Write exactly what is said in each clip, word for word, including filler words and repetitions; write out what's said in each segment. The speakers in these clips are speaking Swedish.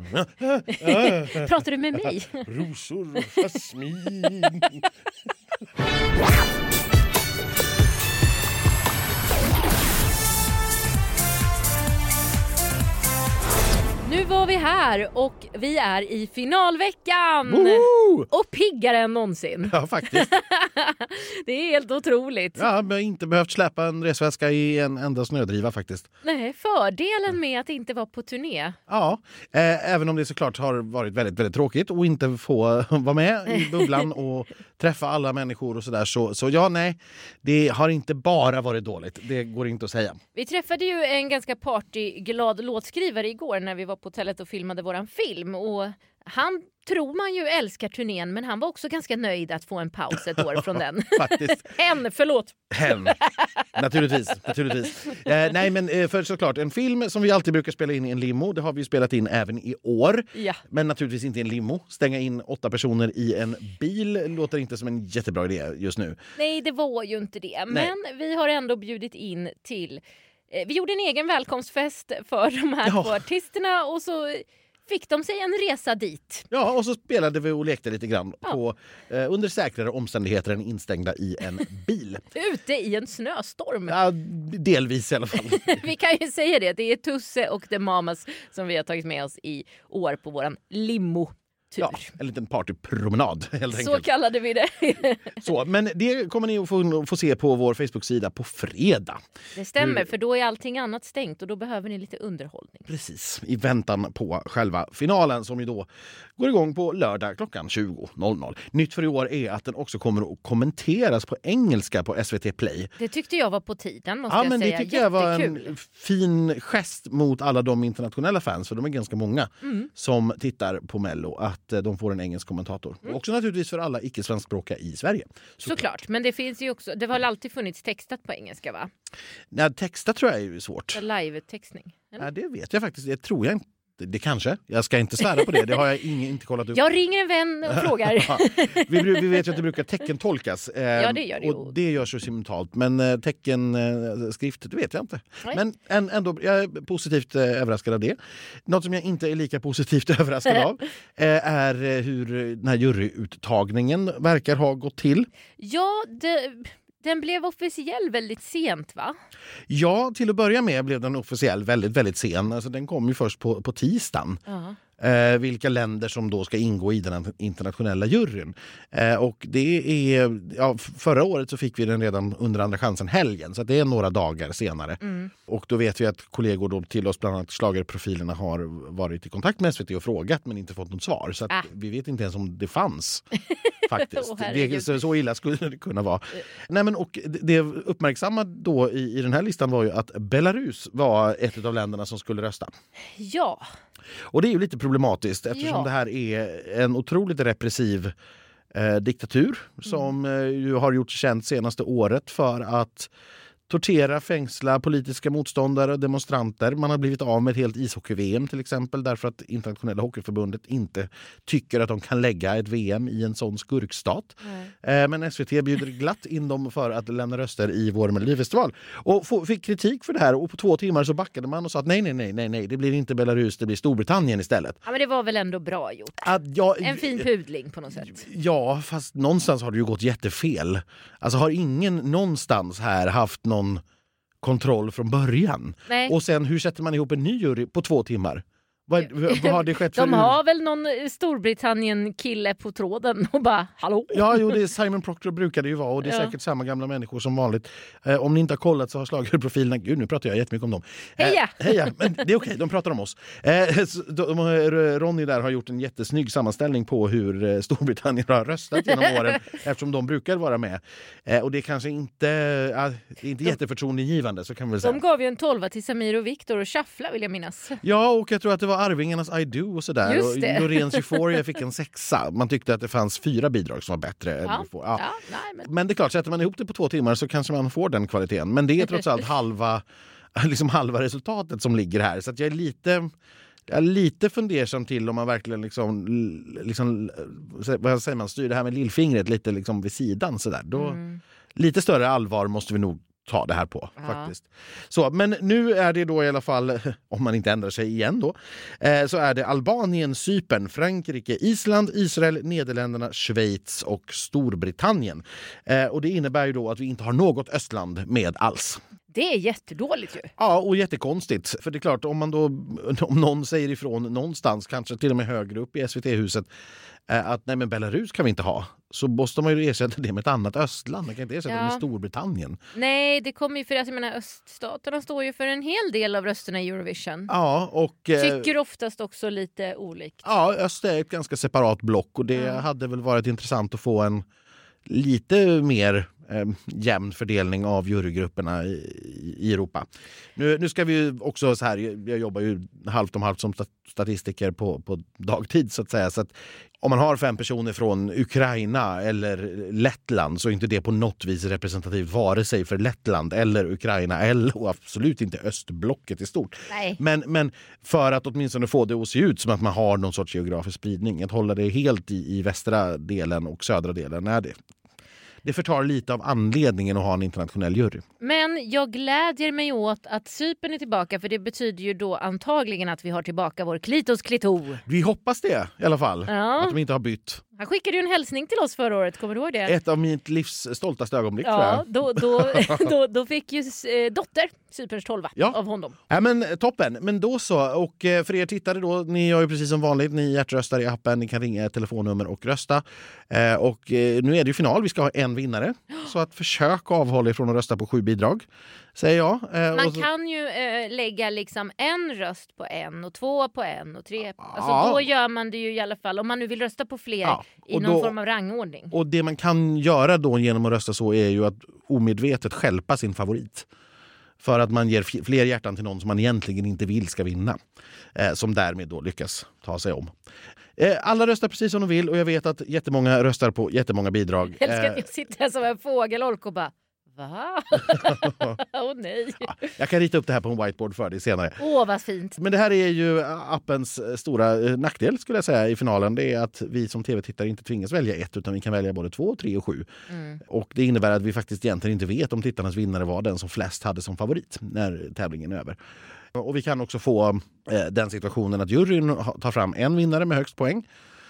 Pratar du med mig? Rosor och jasmin. Nu var vi här och vi är i finalveckan. Woho! Och piggare än någonsin. Ja, faktiskt. Det är helt otroligt. Ja, men jag har inte behövt släppa en resväska i en enda snödriva faktiskt. Nej, fördelen med att inte vara på turné. Ja, eh, även om det såklart har varit väldigt, väldigt tråkigt och inte få vara med i bubblan och träffa alla människor och sådär. Så, så ja, nej, det har inte bara varit dåligt. Det går inte att säga. Vi träffade ju en ganska partyglad låtskrivare igår när vi var på hotellet och filmade våran film. Och han tror man ju älskar turnén, men han var också ganska nöjd att få en paus ett år från den. Faktiskt. Hen, förlåt. Hen. Naturligtvis, naturligtvis. Eh, nej, men eh, för såklart en film som vi alltid brukar spela in i en limo, det har vi spelat in även i år. Ja. Men naturligtvis inte i en limo. Stänga in åtta personer i en bil låter inte som en jättebra idé just nu. Nej, det var ju inte det. Nej. Men vi har ändå bjudit in till... Eh, vi gjorde en egen välkomstfest för de här Ja. två artisterna och så fick de sig en resa dit. Ja, och så spelade vi och lekte lite grann Ja. på, eh, under säkrare omständigheter än instängda i en bil. Ute i en snöstorm. Ja, delvis i alla fall. Vi kan ju säga det. Det är Tusse och The Mamas som vi har tagit med oss i år på våran limo. Ja, en liten partypromenad helt Så enkelt. kallade vi det. Så, men det kommer ni att få, få se på vår Facebook-sida på fredag. Det stämmer, Hur- för då är allting annat stängt och då behöver ni lite underhållning. Precis, i väntan på själva finalen som ju då går igång på lördag klockan tjugo noll noll. Nytt för i år är att den också kommer att kommenteras på engelska på S V T Play. Det tyckte jag var på tiden, måste Ja, jag men säga. det tycker jag var Jättekul. en fin gest mot alla de internationella fans, för de är ganska många Mm. som tittar på Mello, att eh, de får en engelsk kommentator. Mm. Och också naturligtvis för alla icke-svenskspråkiga i Sverige. Så, Såklart, men det finns ju också, det har väl alltid funnits textat på engelska, va? nej, texta tror jag är ju svårt. Live-textning. eller? Nej, det vet jag faktiskt. Det tror jag inte. Det kanske. Jag ska inte svära på det. Det har jag ingen, inte kollat upp. Jag ringer en vän och frågar. Ja, vi, bru- vi vet ju att det brukar teckentolkas. Eh, Ja, det gör det ju. Och det görs ju simultant. Men eh, teckenskrift, det vet jag inte. Nej. Men en, ändå, jag är positivt eh, överraskad av det. Något som jag inte är lika positivt överraskad av eh, är eh, hur den här juryuttagningen verkar ha gått till. Ja, det, den blev officiell väldigt sent, va? Ja, till att börja med blev den officiell väldigt, väldigt sen. Alltså, den kom ju först på, på tisdagen. Ja. Eh, vilka länder som då ska ingå i den internationella juryn. Eh, och det är, ja, f- förra året så fick vi den redan under andra chansen helgen, så att det är några dagar senare. Mm. Och då vet vi att kollegor då till oss, bland annat schlagerprofilerna, har varit i kontakt med S V T och frågat men inte fått något svar. Så att Ah. vi vet inte ens om det fanns. Faktiskt. Åh, herregud. det, så, så illa skulle det kunna vara. Nej, men, och det, det uppmärksammade då i, i den här listan var ju att Belarus var ett av länderna som skulle rösta. Ja. Och det är ju lite problematiskt eftersom Ja. det här är en otroligt repressiv eh, diktatur som eh, ju har gjort känt senaste året för att tortera, fängsla politiska motståndare och demonstranter. Man har blivit av med ett helt ishockey-V M till exempel därför att internationella hockeyförbundet inte tycker att de kan lägga ett V M i en sån skurkstat. Eh, men S V T bjuder glatt in dem för att lämna röster i vår Melodifestival. Och få, fick kritik för det här och på två timmar så backade man och sa att nej, nej, nej, nej, nej, det blir inte Belarus, det blir Storbritannien istället. Ja, men det var väl ändå bra gjort. Att jag, En fin pudling på något sätt. Ja, fast någonstans har det ju gått jättefel. Alltså har ingen någonstans här haft någon kontroll från början? Nej. Och sen hur sätter man ihop en ny jury på två timmar? Vad, vad har det skett för... De har väl någon Storbritannien-kille på tråden och bara, hallå? Ja, jo, det är Simon Proctor brukar det ju vara och det är Ja. säkert samma gamla människor som vanligt. Eh, om ni inte har kollat så har schlagerprofilerna... Gud, nu pratar jag jättemycket om dem. Eh, Heja! Heja, men det är okej, de pratar om oss. Eh, så de, de, Ronny där har gjort en jättesnygg sammanställning på hur eh, Storbritannien har röstat genom åren eftersom de brukar vara med. Eh, och det är kanske inte, eh, det är inte jätteförtroendegivande, så kan vi väl säga. De gav ju en tolva till Samir och Viktor och Shuffla, vill jag minnas. Ja, och jag tror att det var Arvingarnas I Do och sådär. Just det. Och Loreens Euphoria fick en sexa. Man tyckte att det fanns fyra bidrag som var bättre. än Ja, Euphoria. ja. Ja. nej, men... Men det är klart, sätter man ihop det på två timmar så kanske man får den kvaliteten. Men det är trots allt halva, liksom halva resultatet som ligger här. Så att jag är lite... Jag är lite fundersam till om man verkligen liksom, liksom vad säger man, styr det här med lillfingret lite liksom vid sidan sådär. Då, Mm. lite större allvar måste vi nog ta det här på, Ja. faktiskt. Så, men nu är det då i alla fall, om man inte ändrar sig igen då, eh, så är det Albanien, Cypern, Frankrike, Island, Israel, Nederländerna, Schweiz och Storbritannien. Eh, och det innebär ju då att vi inte har något östland med alls. Det är jättedåligt ju. Ja, och jättekonstigt. För det är klart, om man då, om någon säger ifrån någonstans, kanske till och med högre upp i S V T-huset, eh, att nej men Belarus kan vi inte ha, så måste man ju ersätta det med ett annat östland. Man kan inte ersätta Ja. det med Storbritannien. Nej, det kommer ju för att jag menar, öststaterna står ju för en hel del av rösterna i Eurovision. Ja, och... Eh, Tycker oftast också lite olikt. ja, öst är ett ganska separat block och det Ja. hade väl varit intressant att få en lite mer eh, jämn fördelning av jurygrupperna i, i Europa. Nu, nu ska vi ju också så här, jag jobbar ju halvt om halvt som statistiker på, på dagtid så att säga, så att om man har fem personer från Ukraina eller Lettland så är inte det på något vis representativt vare sig för Lettland eller Ukraina eller och absolut inte östblocket i stort. Nej. Men, men för att åtminstone få det att se ut som att man har någon sorts geografisk spridning, att hålla det helt i, i västra delen och södra delen, är det. Det förtar lite av anledningen att ha en internationell jury. Men jag glädjer mig åt att Cypern är tillbaka, för det betyder ju då antagligen att vi har tillbaka vår Klitos Klito. Vi hoppas det i alla fall, Ja. att de inte har bytt. Han skickade ju en hälsning till oss förra året, kommer du ihåg det? Ett av mitt livs stoltaste ögonblick, tror Ja, jag. då, då, då, då fick ju eh, dotter Cyperns tolva Ja. av honom. Ja, men toppen. Men då så. Och eh, för er tittare då, ni gör ju precis som vanligt. Ni hjärtröstar i appen, ni kan ringa ett telefonnummer och rösta. Eh, och eh, nu är det ju final, vi ska ha en vinnare. Så att försök avhålla er från att rösta på sju bidrag, säger jag. Eh, Man och så, kan ju eh, lägga liksom en röst på en och två på en och tre. Alltså Ja. då gör man det ju i alla fall, om man nu vill rösta på fler Ja, i och någon då- form av rangordning. och det man kan göra då genom att rösta så är ju att omedvetet stjälpa sin favorit. För att man ger f- fler hjärtan till någon som man egentligen inte vill ska vinna. Eh, som därmed då lyckas ta sig om. Eh, alla röstar precis som de vill och jag vet att jättemånga röstar på jättemånga bidrag. Jag älskar Eh, att jag sitter här som en fågelholk och bara, va? Åh nej. ja, jag kan rita upp det här på en whiteboard för dig senare. Åh vad fint. Men det här är ju appens stora eh, nackdel skulle jag säga i finalen. Det är att vi som tv-tittare inte tvingas välja ett utan vi kan välja både två, tre och sju. Mm. Och det innebär att vi faktiskt egentligen inte vet om tittarnas vinnare var den som flest hade som favorit när tävlingen är över. Och vi kan också få eh, den situationen att juryn ha- tar fram en vinnare med högst poäng.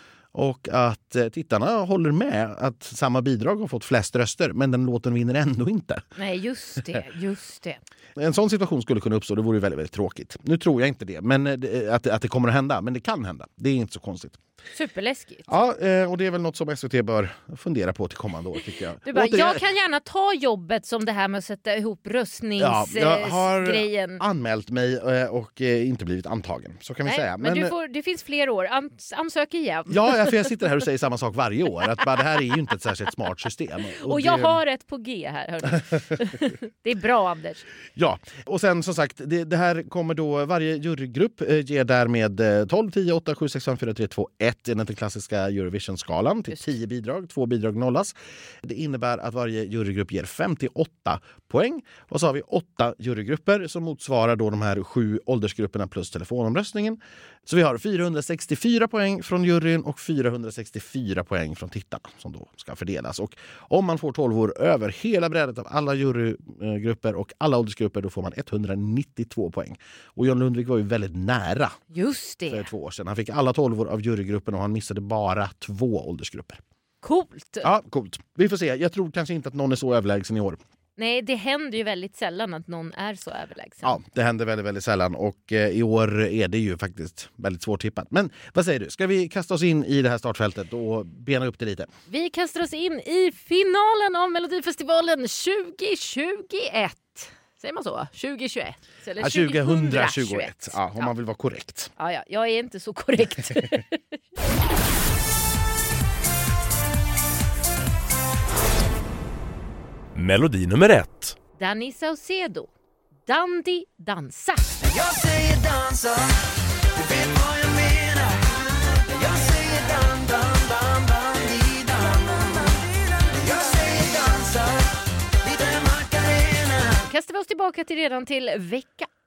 Och att eh, tittarna håller med att samma bidrag har fått flest röster men den låten vinner ändå inte. Nej just det, just det. En sån situation skulle kunna uppstå, det vore ju väldigt, väldigt tråkigt. Nu tror jag inte det, men eh, att, att det kommer att hända, men det kan hända. Det är inte så konstigt. Superläskigt. Ja, eh, och det är väl något som S V T bör fundera på till kommande år tycker jag. Du bara, Återigen- jag kan gärna ta jobbet som det här med att sätta ihop Ja, jag har röstningsgrejen. anmält mig eh, och eh, inte blivit antagen, så kan vi Nej, säga. men eh, du får, det finns fler år. Ans- ansök igen. Ja, ja, för jag sitter här och säger samma sak varje år. Att bara, det här är ju inte ett särskilt smart system. Och jag det, har ett på G här. Hörni. Det är bra Anders. Ja, och sen som sagt, det, det här kommer då varje jurygrupp eh, ger därmed eh, tolv, tio, åtta, sju, sex, fem, fyra, tre, två, ett enligt den klassiska Eurovision-skalan till Just. tio bidrag, två bidrag nollas. Det innebär att varje jurygrupp ger femtioåtta poäng. Och så har vi åtta jurygrupper som motsvarar då de här sju åldersgrupperna plus telefonomröstningen. Så vi har fyrahundrasextiofyra poäng från juryn och fyrahundrasextiofyra poäng från tittarna som då ska fördelas. Och om man får tolvor över hela brädet av alla jurygrupper och alla åldersgrupper då får man etthundranittiotvå poäng. Och John Lundvik var ju väldigt nära Just för det. två år sedan. Han fick alla tolvor av jurygruppen och han missade bara två åldersgrupper. Coolt. Ja, coolt. Vi får se. Jag tror kanske inte att någon är så överlägsen i år. Nej, det händer ju väldigt sällan att någon är så överlägsen. Ja, det händer väldigt, väldigt sällan och eh, i år är det ju faktiskt väldigt svårtippat. Men vad säger du? Ska vi kasta oss in i det här startfältet och bena upp det lite? Vi kastar oss in i finalen av Melodifestivalen tjugohundratjugoett. Säger man så? tjugohundratjugoett? Eller Ja, tjugohundratjugoett. Ja, om man vill vara korrekt. Ja, ja, jag är inte så korrekt. Melodi nummer ett. Danny Saucedo. Dandy dansa. Jag säger dansa, du vet vad jag menar. Jag säger dan, dan, dan, dandi, dan. Jag säger dansa, lite Macarena. Kastar vi oss tillbaka till redan till vecka ett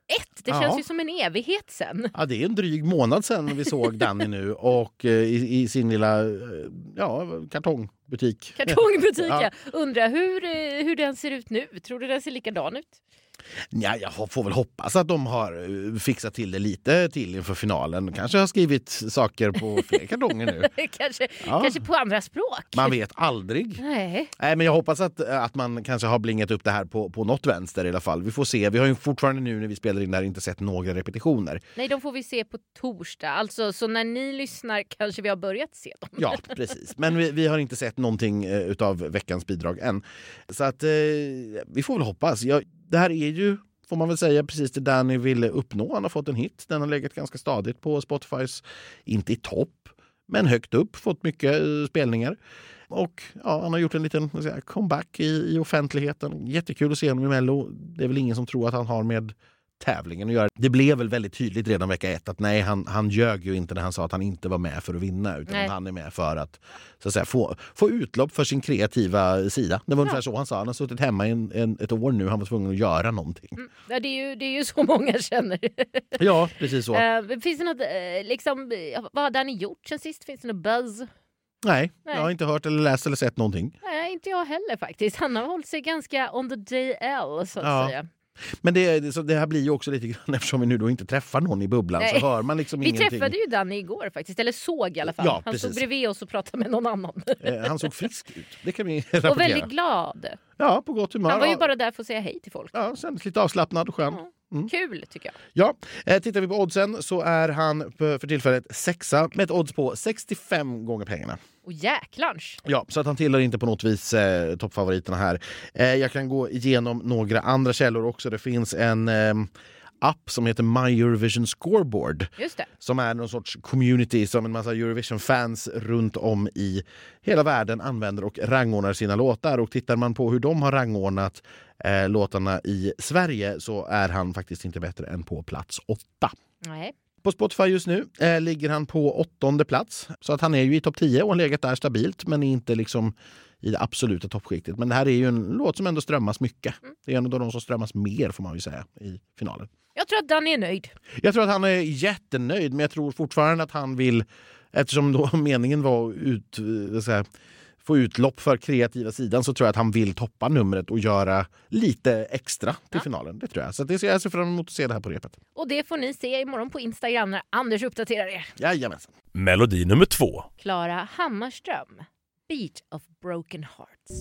Det Ja. känns ju som en evighet sen. Ja, det är en dryg månad sedan vi såg Danny nu och eh, i, i sin lilla eh, ja, kartongbutik. Kartongbutik, Ja. ja. Undrar hur, eh, hur den ser ut nu. Tror du den ser likadan ut? Ja, jag får väl hoppas att de har eh, fixat till det lite till inför finalen. Kanske har skrivit saker på fler kartonger nu. kanske, Ja. kanske på andra språk. Man vet aldrig. Nej. Nej, men jag hoppas att, att man kanske har blingat upp det här på, på något vänster i alla fall. Vi får se. Vi har ju fortfarande nu när vi spelar in där inte sett några repetitioner. Nej, de får vi se på torsdag. Alltså, så när ni lyssnar kanske vi har börjat se dem. Ja, precis. Men vi, vi har inte sett någonting eh, utav veckans bidrag än. Så att eh, vi får väl hoppas. Jag, det här är ju, får man väl säga, precis det Danny ville uppnå. Han har fått en hit. Den har legat ganska stadigt på Spotifys, inte i topp, men högt upp. Fått mycket eh, spelningar. Och ja, han har gjort en liten vad ska jag säga, comeback i, i offentligheten. Jättekul att se honom i Mello. Det är väl ingen som tror att han har med tävlingen att göra. Det blev väl väldigt tydligt redan vecka ett att nej, han, han ljög ju inte när han sa att han inte var med för att vinna, utan Nej. han är med för att, så att säga, få, få utlopp för sin kreativa sida. Det var ungefär så han sa. Han har suttit hemma i en, en, ett år nu. Han var tvungen att göra någonting. Mm. Ja, det, är ju, det är ju så många känner. Ja, precis så. Uh, finns det något, uh, liksom, uh, vad har Danny gjort sen sist? Finns det något buzz? nej, Nej. jag har inte hört eller läst eller sett någonting. Nej, inte jag heller faktiskt. Han har hållit sig ganska on the D L, så att Ja. säga. Men det, det, så det här blir ju också lite grann, eftersom vi nu då inte träffar någon i bubblan, Nej. så hör man liksom Vi ingenting. träffade ju Danny igår faktiskt, eller såg i alla fall. Ja, han precis. stod bredvid oss och pratade med någon annan. Eh, han såg frisk ut. Det kan vi rapportera. Och väldigt glad. Ja, på gott humör. Han var ju bara där för att säga hej till folk. Ja, sen lite avslappnad och skön. Ja. Mm. Kul tycker jag. Ja, eh, tittar vi på oddsen så är han för för tillfället sexa med ett odds på sextiofem gånger pengarna. Och jäklarns. Ja, så att han tillhör inte på något vis eh, toppfavoriterna här. Eh, jag kan gå igenom några andra källor också. Det finns en eh, app som heter My Eurovision Scoreboard. Just det. Som är någon sorts community som en massa Eurovision-fans runt om i hela världen använder och rangordnar sina låtar. Och tittar man på hur de har rangordnat eh, låtarna i Sverige så är han faktiskt inte bättre än på plats åtta. Nej. På Spotify just nu eh, ligger han på åttonde plats. Så att han är ju i topp tio och har legat där stabilt, men inte liksom i det absoluta toppskiktet. Men det här är ju en låt som ändå strömmas mycket. Mm. Det är en av de som strömmas mer, får man ju säga, i finalen. Jag tror att Danny är nöjd. Jag tror att han är jättenöjd, men jag tror fortfarande att han vill, eftersom då meningen var ut, så här, få utlopp för kreativa sidan, så tror jag att han vill toppa numret och göra lite extra till Ja. finalen. Det tror jag. Så det ser jag ser fram emot att se det här på repet. Och det får ni se imorgon på Instagram när Anders uppdaterar er. Jajamensan. Melodi nummer två. Klara Hammarström. Beat of Broken Hearts.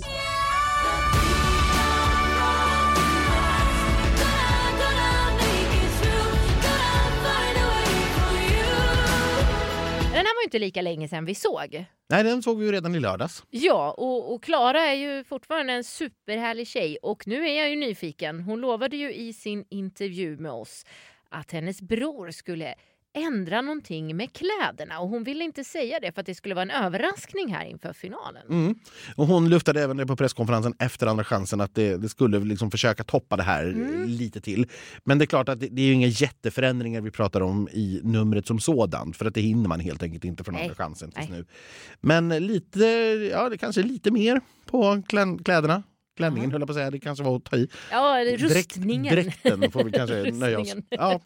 Den här var ju inte lika länge sedan vi såg. Nej, den såg vi ju redan i lördags. Ja, och, och Klara är ju fortfarande en superhärlig tjej. Och nu är jag ju nyfiken. Hon lovade ju i sin intervju med oss att hennes bror skulle ändra någonting med kläderna. Och hon ville inte säga det för att det skulle vara en överraskning här inför finalen. Mm. Och hon luftade även det på presskonferensen efter andra chansen att det, det skulle liksom försöka toppa det här Mm. lite till. Men det är klart att det, det är ju inga jätteförändringar vi pratar om i numret som sådant, för att det hinner man helt enkelt inte från Nej. andra chansen tills Nej. nu. Men lite, ja, det kanske är lite mer på klän, kläderna. Klänningen höll jag på att säga, det kanske var att ta i. Ja, rustningen. Dräkt, dräkten får vi kanske nöja oss. Rustningen. Ja.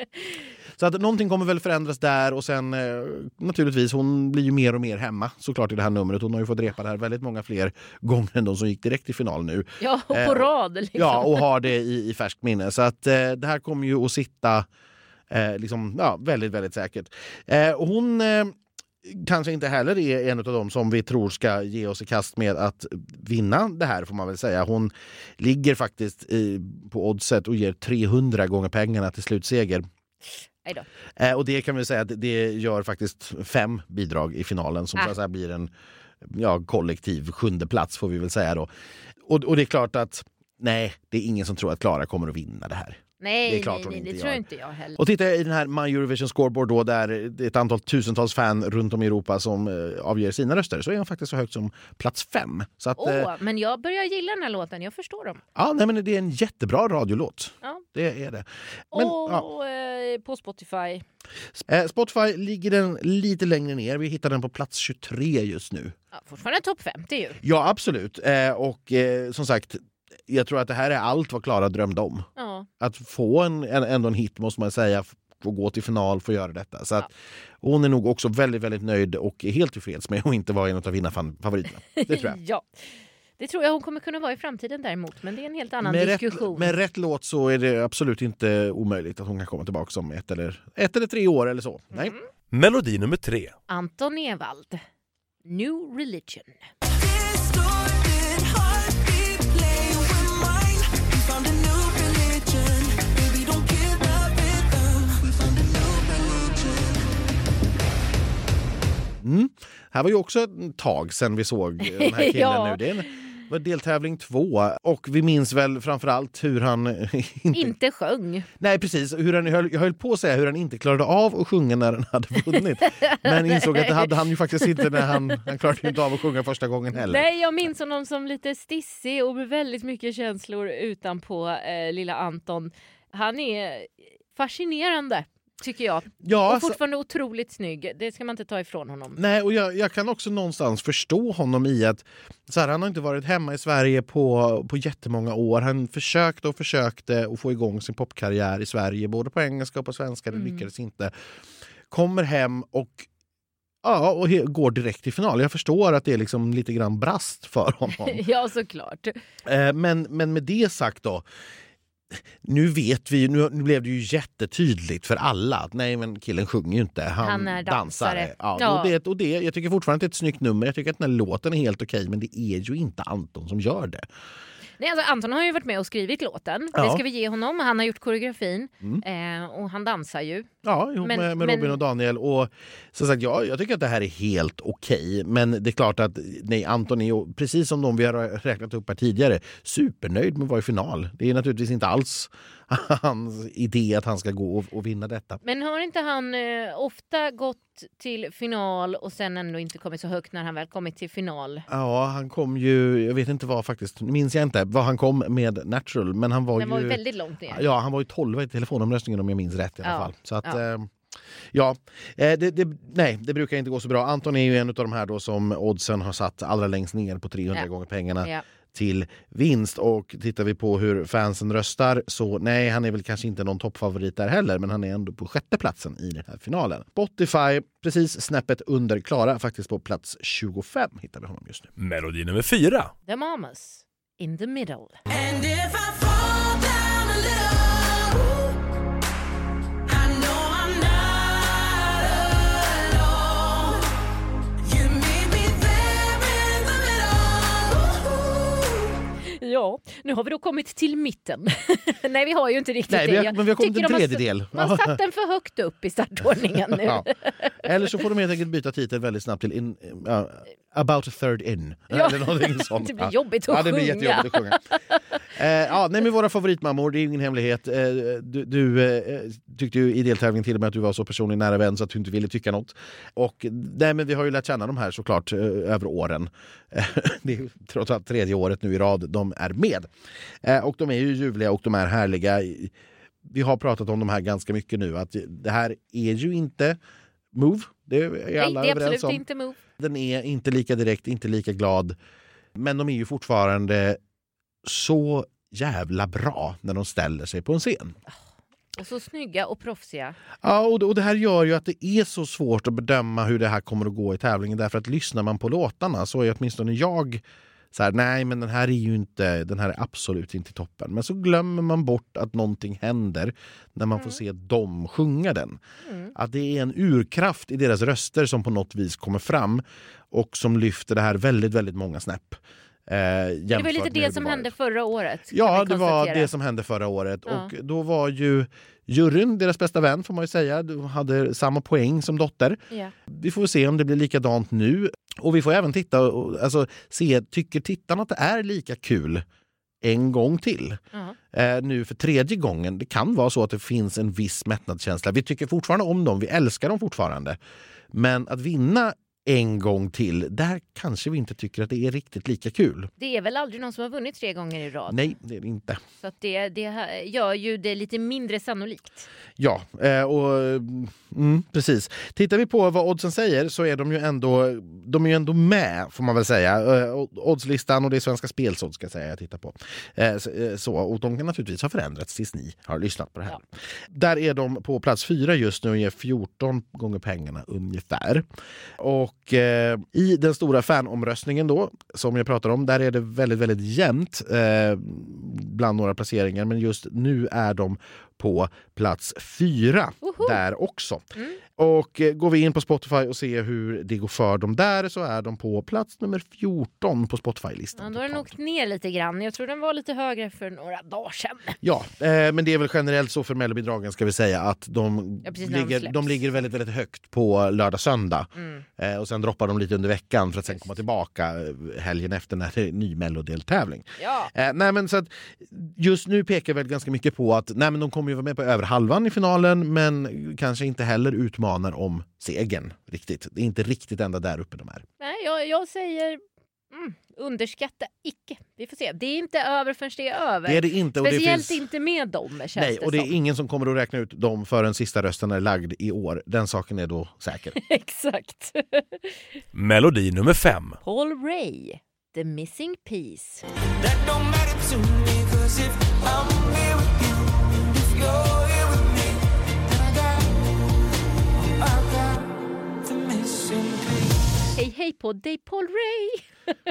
Så att någonting kommer väl förändras där, och sen eh, naturligtvis, hon blir ju mer och mer hemma såklart i det här numret. Hon har ju fått repa det här väldigt många fler gånger än de som gick direkt i final nu. Ja, och på Eh, rad. Liksom. Ja, och har det i, i färskt minne. Så att eh, det här kommer ju att sitta eh, liksom, ja, väldigt, väldigt säkert. Eh, och hon eh, kanske inte heller är en av dem som vi tror ska ge oss i kast med att vinna det här, får man väl säga. Hon ligger faktiskt i, på oddset och ger trehundra gånger pengarna till slutseger. Nej då. Eh, och det kan vi säga att det gör faktiskt fem bidrag i finalen som Ah. så att säga blir en ja, kollektiv sjunde plats, får vi väl säga då. Och, och det är klart att nej, det är ingen som tror att Klara kommer att vinna det här. Nej, Det är klart nej, hon nej, inte det gör. tror inte jag heller. Och tittar jag i den här My Eurovision Scoreboard då, där det är ett antal tusentals fan runt om i Europa som eh, avger sina röster, så är han faktiskt så högt som plats fem. Så att, Åh, eh, men jag börjar gilla den här låten, jag förstår dem. ja, nej, men det är en jättebra radiolåt. Ja. Det är det. Men, Och ja. eh, på Spotify. Eh, Spotify ligger den lite längre ner. Vi hittar den på plats tjugotre just nu. Ja, fortfarande topp femtio ju. Ja, absolut. Eh, och eh, som sagt, jag tror att det här är allt vad Klara drömde om. Ja. Att få en, en, ändå en hit måste man säga, få gå till final, få göra detta. Så att ja. Hon är nog också väldigt, väldigt nöjd och helt tillfreds med att inte vara en av vinnarfavoriterna. Det tror jag. Ja. Det tror jag hon kommer kunna vara i framtiden däremot, men det är en helt annan med diskussion. Rätt, med rätt låt så är det absolut inte omöjligt att hon kan komma tillbaka om ett eller, ett eller tre år eller så. Nej. Mm. Melodi nummer tre. Anton Ewald, New Religion. Mm. Här var ju också ett tag sedan vi såg den här killen ja. nu. Det var deltävling två och vi minns väl framförallt hur han inte, inte sjöng. Nej, precis. Hur han, jag höll på att säga hur han inte klarade av att sjunga när han hade vunnit. Men insåg att det hade han ju faktiskt inte när han, han klarade inte av att sjunga första gången heller. Nej, jag minns honom som lite stissig och med väldigt mycket känslor utanpå eh, lilla Anton. Han är fascinerande. Tycker jag. Ja, och fortfarande så, otroligt snygg. Det ska man inte ta ifrån honom. Nej, och jag, jag kan också någonstans förstå honom i att så här, han har inte varit hemma i Sverige på, på jättemånga år. Han försökte och försökte att få igång sin popkarriär i Sverige. Både på engelska och på svenska. Det mm. lyckades inte. Kommer hem och ja, och he- går direkt till final. Jag förstår att det är liksom lite grann brast för honom. Ja, såklart. Eh, men, men med det sagt då, nu vet vi, nu, nu blev det ju jättetydligt för alla att nej, men killen sjunger ju inte, han, han är dansare. dansare. Ja, ja. Och det, och det, jag tycker fortfarande att det är ett snyggt nummer, jag tycker att den här låten är helt okej, men det är ju inte Anton som gör det. Nej, alltså Anton har ju varit med och skrivit låten. Ja. Det ska vi ge honom. Han har gjort koreografin mm. eh, och han dansar ju. Ja, ihop men, med, med Robin men... och Daniel. Och så sagt, ja, jag tycker att det här är helt okej. Men det är klart att nej, Anton är precis som de vi har räknat upp här tidigare supernöjd med att vara i final. Det är naturligtvis inte alls hans idé att han ska gå och, och vinna detta. Men har inte han eh, ofta gått till final och sen ändå inte kommit så högt när han väl kommit till final? Ja, han kom ju, jag vet inte vad faktiskt, minns jag inte vad han kom med Natural, men han var Den ju... var ju väldigt långt ner. Ja, han var ju tolv i telefonomröstningen om jag minns rätt i alla ja. fall. Så att... Ja. Eh, Ja, det, det, nej, det brukar inte gå så bra. Anton är ju en av de här då som oddsen har satt allra längst ner på trehundra ja. gånger pengarna ja. till vinst. Och tittar vi på hur fansen röstar så nej, han är väl kanske inte någon toppfavorit där heller, men han är ändå på sjätte platsen i den här finalen. Spotify, precis snäppet under Klara, faktiskt på plats tjugofem hittar vi honom just nu. Melodi nummer fyra. The Mamas, In the Middle. And if I fall down a little, ja, nu har vi då kommit till mitten. Nej, vi har ju inte riktigt Nej, det. Vi har, men vi har kommit till en tredjedel. Man har satt den för högt upp i startordningen nu. Ja. Eller så får de helt enkelt byta titel väldigt snabbt till in, uh, About a third in. Ja. Eller någonting sånt. Det blir jobbigt att ja, det blir sjunga. jättejobbigt att sjunga. eh, ja, nej, men våra favoritmammor, det är ingen hemlighet. Eh, du du eh, tyckte ju i deltävlingen till och med att du var så personlig nära vän så att du inte ville tycka något. Och nej, men vi har ju lärt känna de här såklart eh, över åren. Det är trots allt tredje året nu i rad de är med. Eh, och de är ju ljuvliga och de är härliga. Vi har pratat om de här ganska mycket nu. Att det här är ju inte Move. Det är alla Nej, det är överens absolut om. inte Move. Den är inte lika direkt, inte lika glad. Men de är ju fortfarande så jävla bra när de ställer sig på en scen. Och så snygga och proffsiga. Ja, och det, och det här gör ju att det är så svårt att bedöma hur det här kommer att gå i tävlingen. Därför att lyssnar man på låtarna så är åtminstone jag så här, nej men den här är ju inte, den här är absolut inte toppen. Men så glömmer man bort att någonting händer när man mm. får se dem sjunga den. Mm. Att det är en urkraft i deras röster som på något vis kommer fram och som lyfter det här väldigt, väldigt många snäpp. Eh, det var lite det som varit. hände förra året. Ja, det var det som hände förra året. Ja. Och då var ju juryn, deras bästa vän får man ju säga, du hade samma poäng som Dotter. Ja. Vi får se om det blir likadant nu. Och vi får även titta och alltså, se, tycker tittarna att det är lika kul en gång till? Uh-huh. Eh, nu för tredje gången. Det kan vara så att det finns en viss mättnadskänsla. Vi tycker fortfarande om dem, vi älskar dem fortfarande. Men att vinna en gång till. Där kanske vi inte tycker att det är riktigt lika kul. Det är väl aldrig någon som har vunnit tre gånger i rad? Nej, det är det inte. Så att det, det gör ju det lite mindre sannolikt. Ja, eh, och mm, precis. Tittar vi på vad oddsen säger så är de ju ändå, de är ju ändå med, får man väl säga. Eh, oddslistan, och det är Svenska Spelsodds ska jag säga jag tittar på. Eh, så, och de kan naturligtvis ha förändrats tills ni har lyssnat på det här. Ja. Där är de på plats fyra just nu och ger fjorton gånger pengarna ungefär. Och eh, i den stora fanomröstningen då, som jag pratar om, där är det väldigt, väldigt jämnt eh, bland några placeringar. Men just nu är de på plats fyra Woho! Där också. Mm. Och eh, går vi in på Spotify och ser hur det går för dem där, så är de på plats nummer fjorton på Spotify-listan. Ja, då har den åkt ner lite grann. Jag tror den var lite högre för några dagar sedan. Ja, eh, men det är väl generellt så för Mellobidragen ska vi säga att de, Ja, precis när de ligger, släpps. de ligger väldigt, väldigt högt på lördag-söndag. Mm. Eh, och sen droppar de lite under veckan för att sen komma tillbaka eh, helgen efter när det är ny mellodeltävling. Ja. Eh, nej, men så att just nu pekar väl ganska mycket på att nej, men de kommer ju vara med på över halvan i finalen, men kanske inte heller utmanar om segern riktigt. Det är inte riktigt ända där uppe de är. Nej, jag, jag säger mm, underskatta icke. Vi får se. Det är inte över förrän det är över. Det är det inte. Och Speciellt det finns... inte med dem, känns Nej, det och det är som. ingen som kommer att räkna ut dem för den sista rösten är lagd i år. Den saken är då säker. Exakt. Melodi nummer fem. Paul Ray, The Missing Piece. That don't matter to me, 'cause if I'm here with you, if you're here with me, then I got, I got the missing piece. Hej hej på dig Paul Ray.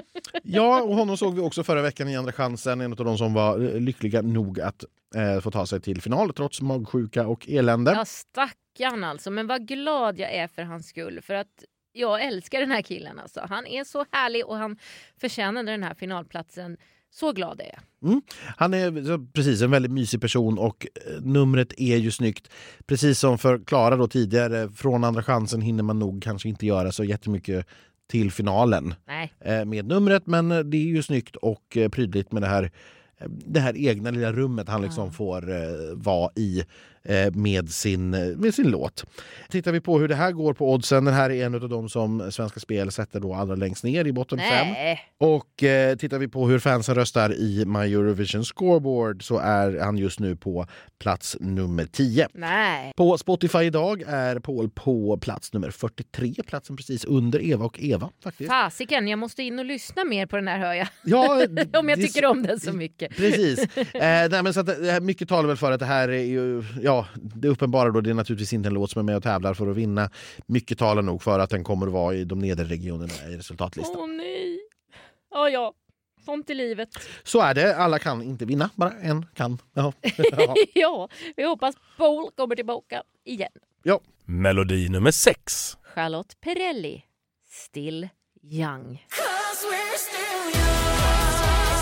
Ja, och honom såg vi också förra veckan i Andra chansen. En av de som var lyckliga nog att eh, få ta sig till final trots magsjuka och elände. Ja, stackarn alltså. Men vad glad jag är för hans skull. För att jag älskar den här killen alltså. Han är så härlig och han förtjänade den här finalplatsen. Så glad är jag. Mm. Han är så, precis en väldigt mysig person och eh, numret är ju snyggt. Precis som för Klara då tidigare, från Andra chansen hinner man nog kanske inte göra så jättemycket till finalen Nej. eh, med numret, men det är ju snyggt och eh, prydligt med det här det här egna lilla rummet han liksom Ja. får eh, vara i eh, med, sin, med sin låt. Tittar vi på hur det här går på oddsen, den här är en av de som Svenska Spel sätter då allra längst ner i botten fem. Nej. Och eh, tittar vi på hur fansen röstar i My Eurovision Scoreboard så är han just nu på plats nummer tio. Nej. På Spotify idag är Paul på plats nummer fyrtiotre, platsen precis under Eva och Eva faktiskt. Fasiken, jag måste in och lyssna mer på den här, hör jag. Ja, Om jag det- tycker om den så mycket. Precis. Eh, nej, men så att, det här- mycket talar väl för att det här är ju, ja, det uppenbara då, det är naturligtvis inte en låt som är med och tävlar för att vinna. Mycket talar nog för att den kommer att vara i de nedre regionerna i resultatlistan. Åh nej. Ja, ja. Sånt i livet. Så är det, alla kan inte vinna, bara en kan. Ja. Ja. Ja, vi hoppas Paul kommer tillbaka igen. Ja. Melodi nummer sex. Charlotte Perrelli, Still Young. 'Cause we're still young,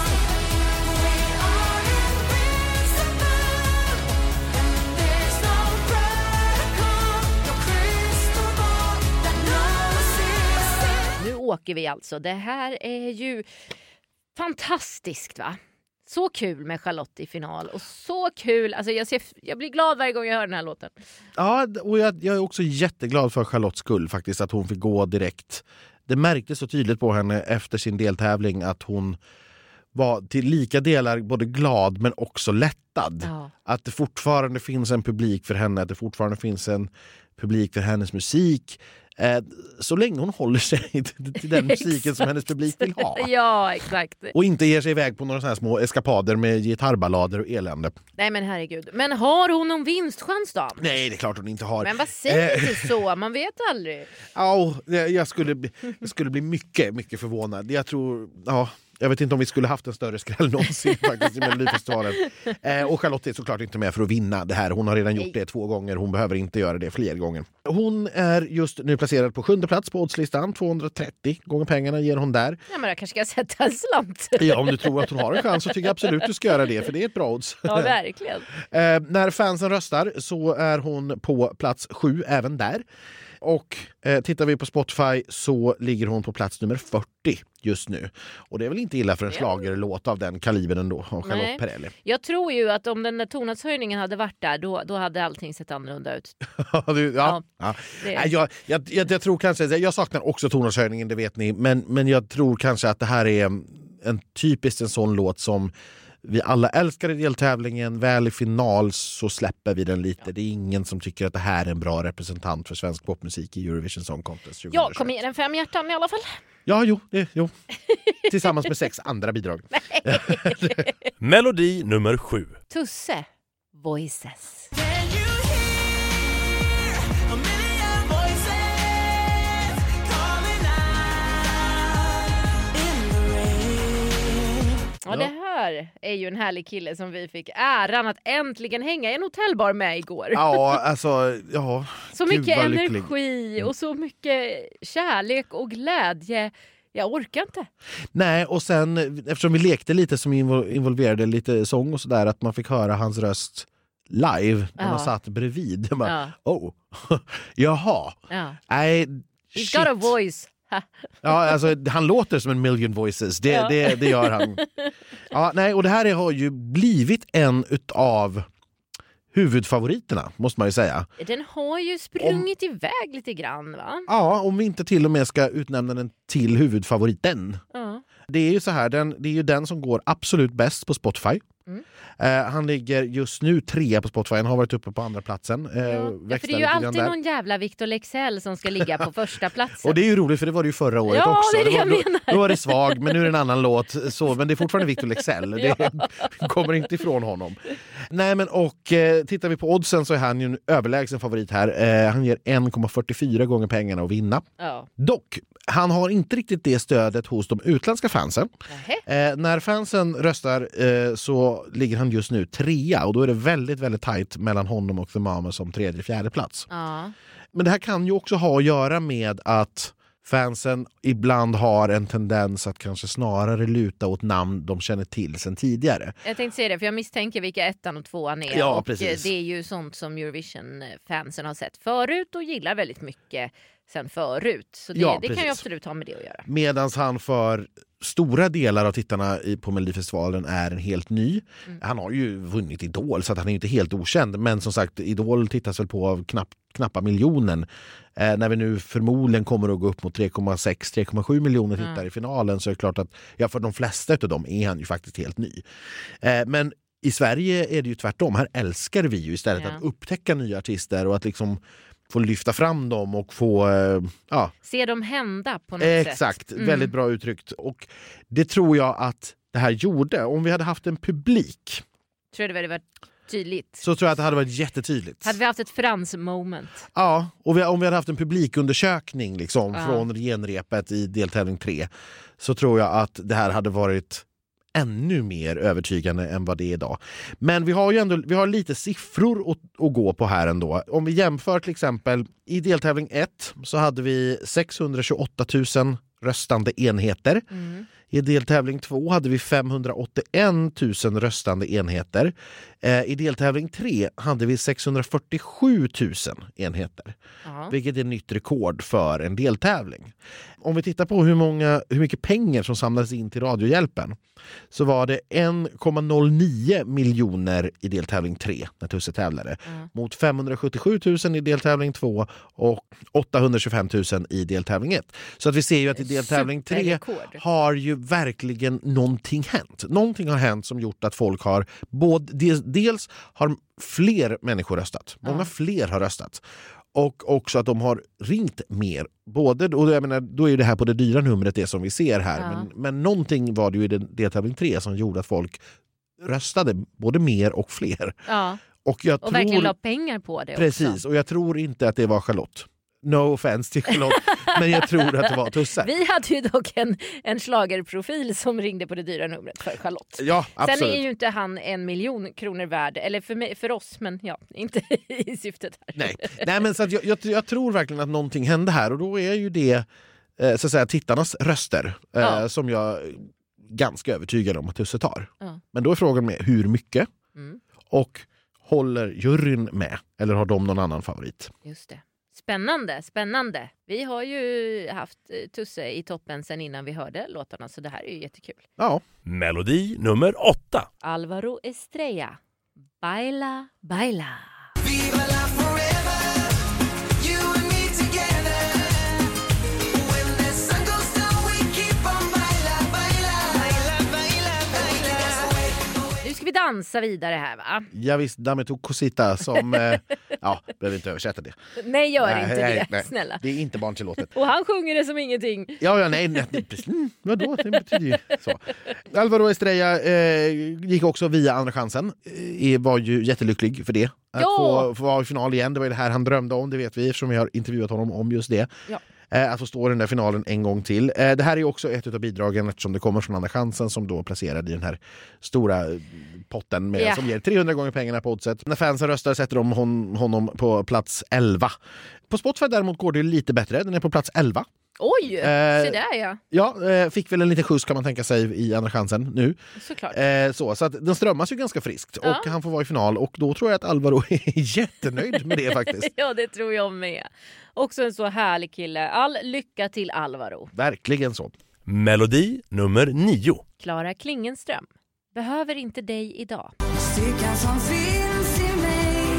we are invincible, and there's no protocol, no crystal ball that knows it's Nu åker vi alltså. Det här är ju fantastiskt, va? Så kul med Charlotte i final. Och så kul. Alltså jag, ser, jag blir glad varje gång jag hör den här låten. Ja, och jag, jag är också jätteglad för Charlottes skull faktiskt, att hon fick gå direkt. Det märktes så tydligt på henne efter sin deltävling att hon var till lika delar både glad men också lättad. Ja. Att det fortfarande finns en publik för henne, att det fortfarande finns en publik för hennes musik. Eh, så länge hon håller sig till, till den musiken som hennes publik vill ha. Ja, exakt. Och inte ger sig iväg på några sådana här små eskapader med gitarrballader och elände. Nej men herregud. Men har hon någon vinstchans då? Nej, det är klart hon inte har. Men vad säger Eh. du så? Man vet aldrig. Ja, jag skulle, bli, jag skulle bli mycket, mycket förvånad. Jag tror, ja, jag vet inte om vi skulle haft en större skräll någonsin faktiskt i Melodifestivalen. Eh, och Charlotte är såklart inte med för att vinna det här. Hon har redan gjort Nej. det två gånger. Hon behöver inte göra det fler gånger. Hon är just nu placerad på sjunde plats på oddslistan. tvåhundratrettio gånger pengarna ger hon där. Ja, men jag kanske ska sätta en slant. Ja, om du tror att hon har en chans så tycker jag absolut du ska göra det. För det är ett bra odds. Ja, verkligen. Eh, när fansen röstar så är hon på plats sju även där. Och eh, tittar vi på Spotify så ligger hon på plats nummer fyrtio just nu. Och det är väl inte illa för en schlagerlåt av den kalibern ändå, av Charlotte Nej. Perrelli. Jag tror ju att om den där tonartshöjningen hade varit där, då, då hade allting sett annorlunda ut. du, ja, Ja, ja. det- Nej, jag, jag, jag, jag tror kanske, jag saknar också tonartshöjningen, det vet ni. Men, men jag tror kanske att det här är en typiskt en sån låt som vi alla älskar i deltävlingen. Väl i final så släpper vi den lite. Det är ingen som tycker att det här är en bra representant för svensk popmusik i Eurovision Song Contest tjugohundratjugoett. Jag kommer ge den fem hjärtan i alla fall. Ja, jo, det, jo. Tillsammans med sex andra bidrag. Melodi nummer sju. Tusse, Voices. Can you hear a million voices calling out in the rain? Ja, det här är ju en härlig kille som vi fick äran att äntligen hänga i en hotellbar med igår. Ja, alltså, ja. Så Gud, mycket vad lycklig. energi och så mycket kärlek och glädje. Jag orkar inte. Nej, och sen eftersom vi lekte lite som invol- involverade lite sång och sådär, att man fick höra hans röst live när Ja. man satt bredvid. Jag bara, Ja. oh, jaha. Ja. Nej, He's shit. got a voice. Ha. Ja, alltså, han låter som en million voices, det, Ja. det, det gör han. Ja, nej, och det här har ju blivit en utav huvudfavoriterna, måste man ju säga. Den har ju sprungit iväg lite grann, va? Ja, om vi inte till och med ska utnämna den till huvudfavoriten. Ja. Det är ju så här, den, det är ju den som går absolut bäst på Spotify. Mm. Eh, han ligger just nu trea på Spotify, han har varit uppe på andra platsen. Eh, Ja. Ja, växlar för det är ju lite grann alltid där. någon jävla Victor Lexell som ska ligga på första platsen. Och det är ju roligt för det var det ju förra året Ja, också. det är det var, jag då, menar. då var det svag, men nu är det en annan låt. Så, men det är fortfarande Victor Lexell. Det Ja. kommer inte ifrån honom. Nej, men och eh, tittar vi på oddsen så är han ju en överlägsen favorit här. Eh, han ger en komma fyrtiofyra gånger pengarna att vinna. Ja. Dock, han har inte riktigt det stödet hos de utländska fansen. Nähä. Eh, när fansen röstar eh, så ligger han just nu trea och då är det väldigt, väldigt tajt mellan honom och The Mama som tredje, fjärde plats. Ja. Men det här kan ju också ha att göra med att fansen ibland har en tendens att kanske snarare luta åt namn de känner till sedan tidigare. Jag tänkte säga det, för jag misstänker vilka ettan och tvåan är. Ja, och precis. det är ju sånt som Eurovision-fansen har sett förut och gillar väldigt mycket sen förut. Så det, Ja, det kan ju precis. absolut ha med det att göra. Medans han för stora delar av tittarna i- på Melodifestivalen är en helt ny. Mm. Han har ju vunnit Idol så att han är inte helt okänd. Men som sagt, Idol tittas väl på av knapp, knappa miljonen. Eh, när vi nu förmodligen kommer att gå upp mot tre komma sex till tre komma sju miljoner tittare Mm. i finalen så är det klart att ja, för de flesta av dem är han ju faktiskt helt ny. Eh, men i Sverige är det ju tvärtom. Här älskar vi ju istället Ja. att upptäcka nya artister och att liksom få lyfta fram dem och få eh, ja, Se dem hända på något exakt, sätt. Mm. väldigt bra uttryckt. Och det tror jag att det här gjorde. Om vi hade haft en publik Tror jag det hade varit tydligt. så tror jag att det hade varit jättetydligt. Hade vi haft ett Frans-moment. Ja, och vi, om vi hade haft en publikundersökning liksom, Ja. från genrepet i deltävling tre så tror jag att det här hade varit ännu mer övertygande än vad det är idag. Men vi har ju ändå vi har lite siffror att, att gå på här ändå. Om vi jämför till exempel i deltävling ett så hade vi sexhundratjugoåtta tusen röstande enheter. Mm. I deltävling två hade vi femhundraåttioen tusen röstande enheter. Eh, I deltävling tre hade vi sexhundrafyrtiosju tusen enheter. Ja. Vilket är nytt rekord för en deltävling. Om vi tittar på hur, många, hur mycket pengar som samlades in till Radiohjälpen så var det en komma noll nio miljoner i deltävling tre när Tusse tävlade. Ja. Mot femhundrasjuttiosju tusen i deltävling två och åttahundratjugofem tusen i deltävling ett. Så att vi ser ju att i deltävling tre Superrekord. har ju verkligen någonting hänt. Någonting har hänt som gjort att folk har både, dels, dels har fler människor röstat. Många Ja. fler har röstat. Och också att de har ringt mer. Både, och jag menar, då är det här på det dyra numret det som vi ser här. Ja. Men, men någonting var det ju i den- deltävling tre som gjorde att folk röstade både mer och fler. Ja. Och jag Och verkligen la tror, pengar på det precis, också. och jag tror inte att det var Charlotte. No offense till Charlotte, men jag tror att det var Tusse. Vi hade ju dock en, en schlagerprofil som ringde på det dyra numret för Charlotte. Ja, absolut. Sen är ju inte han en miljon kronor värd, eller för, mig, för oss, men ja, inte i syftet här. Nej, Nej men så att jag, jag, jag tror verkligen att någonting hände här och då är ju det eh, så att säga, tittarnas röster eh, Ja. som jag är ganska övertygad om att Tusse tar. Ja. Men då är frågan med hur mycket Mm, och håller juryn med eller har de någon annan favorit? just det. Spännande, spännande. Vi har ju haft eh, Tusse i toppen sen innan vi hörde låtarna, så det här är ju jättekul. Ja. Melodi nummer åtta. Alvaro Estrella, Baila, baila. Viva la forever, you and me together. When the sun goes down, we keep on baila, baila, baila, baila, baila. Nu ska vi dansa vidare här, va? Ja visst, Dame tu cosita som... eh, ja, behöver inte översätta det. Nej, gör Nej, inte nej, det, nej. snälla. Det är inte barntillåtet. Och han sjunger det som ingenting. Ja, ja, nej, nej, precis. Mm, vadå? Det betyder ju så. Alvaro Estrella eh, gick också via Andra chansen. Eh, var ju jättelycklig för det. Att Ja. få, få vara i final igen, det var ju det här han drömde om, det vet vi eftersom vi har intervjuat honom om just det. Ja. Eh, att få stå i den där finalen en gång till. Eh, det här är också ett av bidragen eftersom det kommer från Andra chansen som då placerade i den här stora eh, potten med, Ja. som ger trehundra gånger pengarna på oddset. När fansen röstar sätter de hon, honom på plats elva. På Spotify däremot går det lite bättre, den är på plats elva. Oj, Eh, så där ja. Ja, eh, fick väl en liten skjuts kan man tänka sig i Andra chansen nu. Såklart. Eh, så så att den strömmas ju ganska friskt Ja. och han får vara i final och då tror jag att Alvaro är jättenöjd med det faktiskt. Ja, det tror jag med. Också en så härlig kille. All lycka till Alvaro. Verkligen så. Melodi nummer nio. Klara Klingenström. Behöver inte dig idag. Styrkan som finns i mig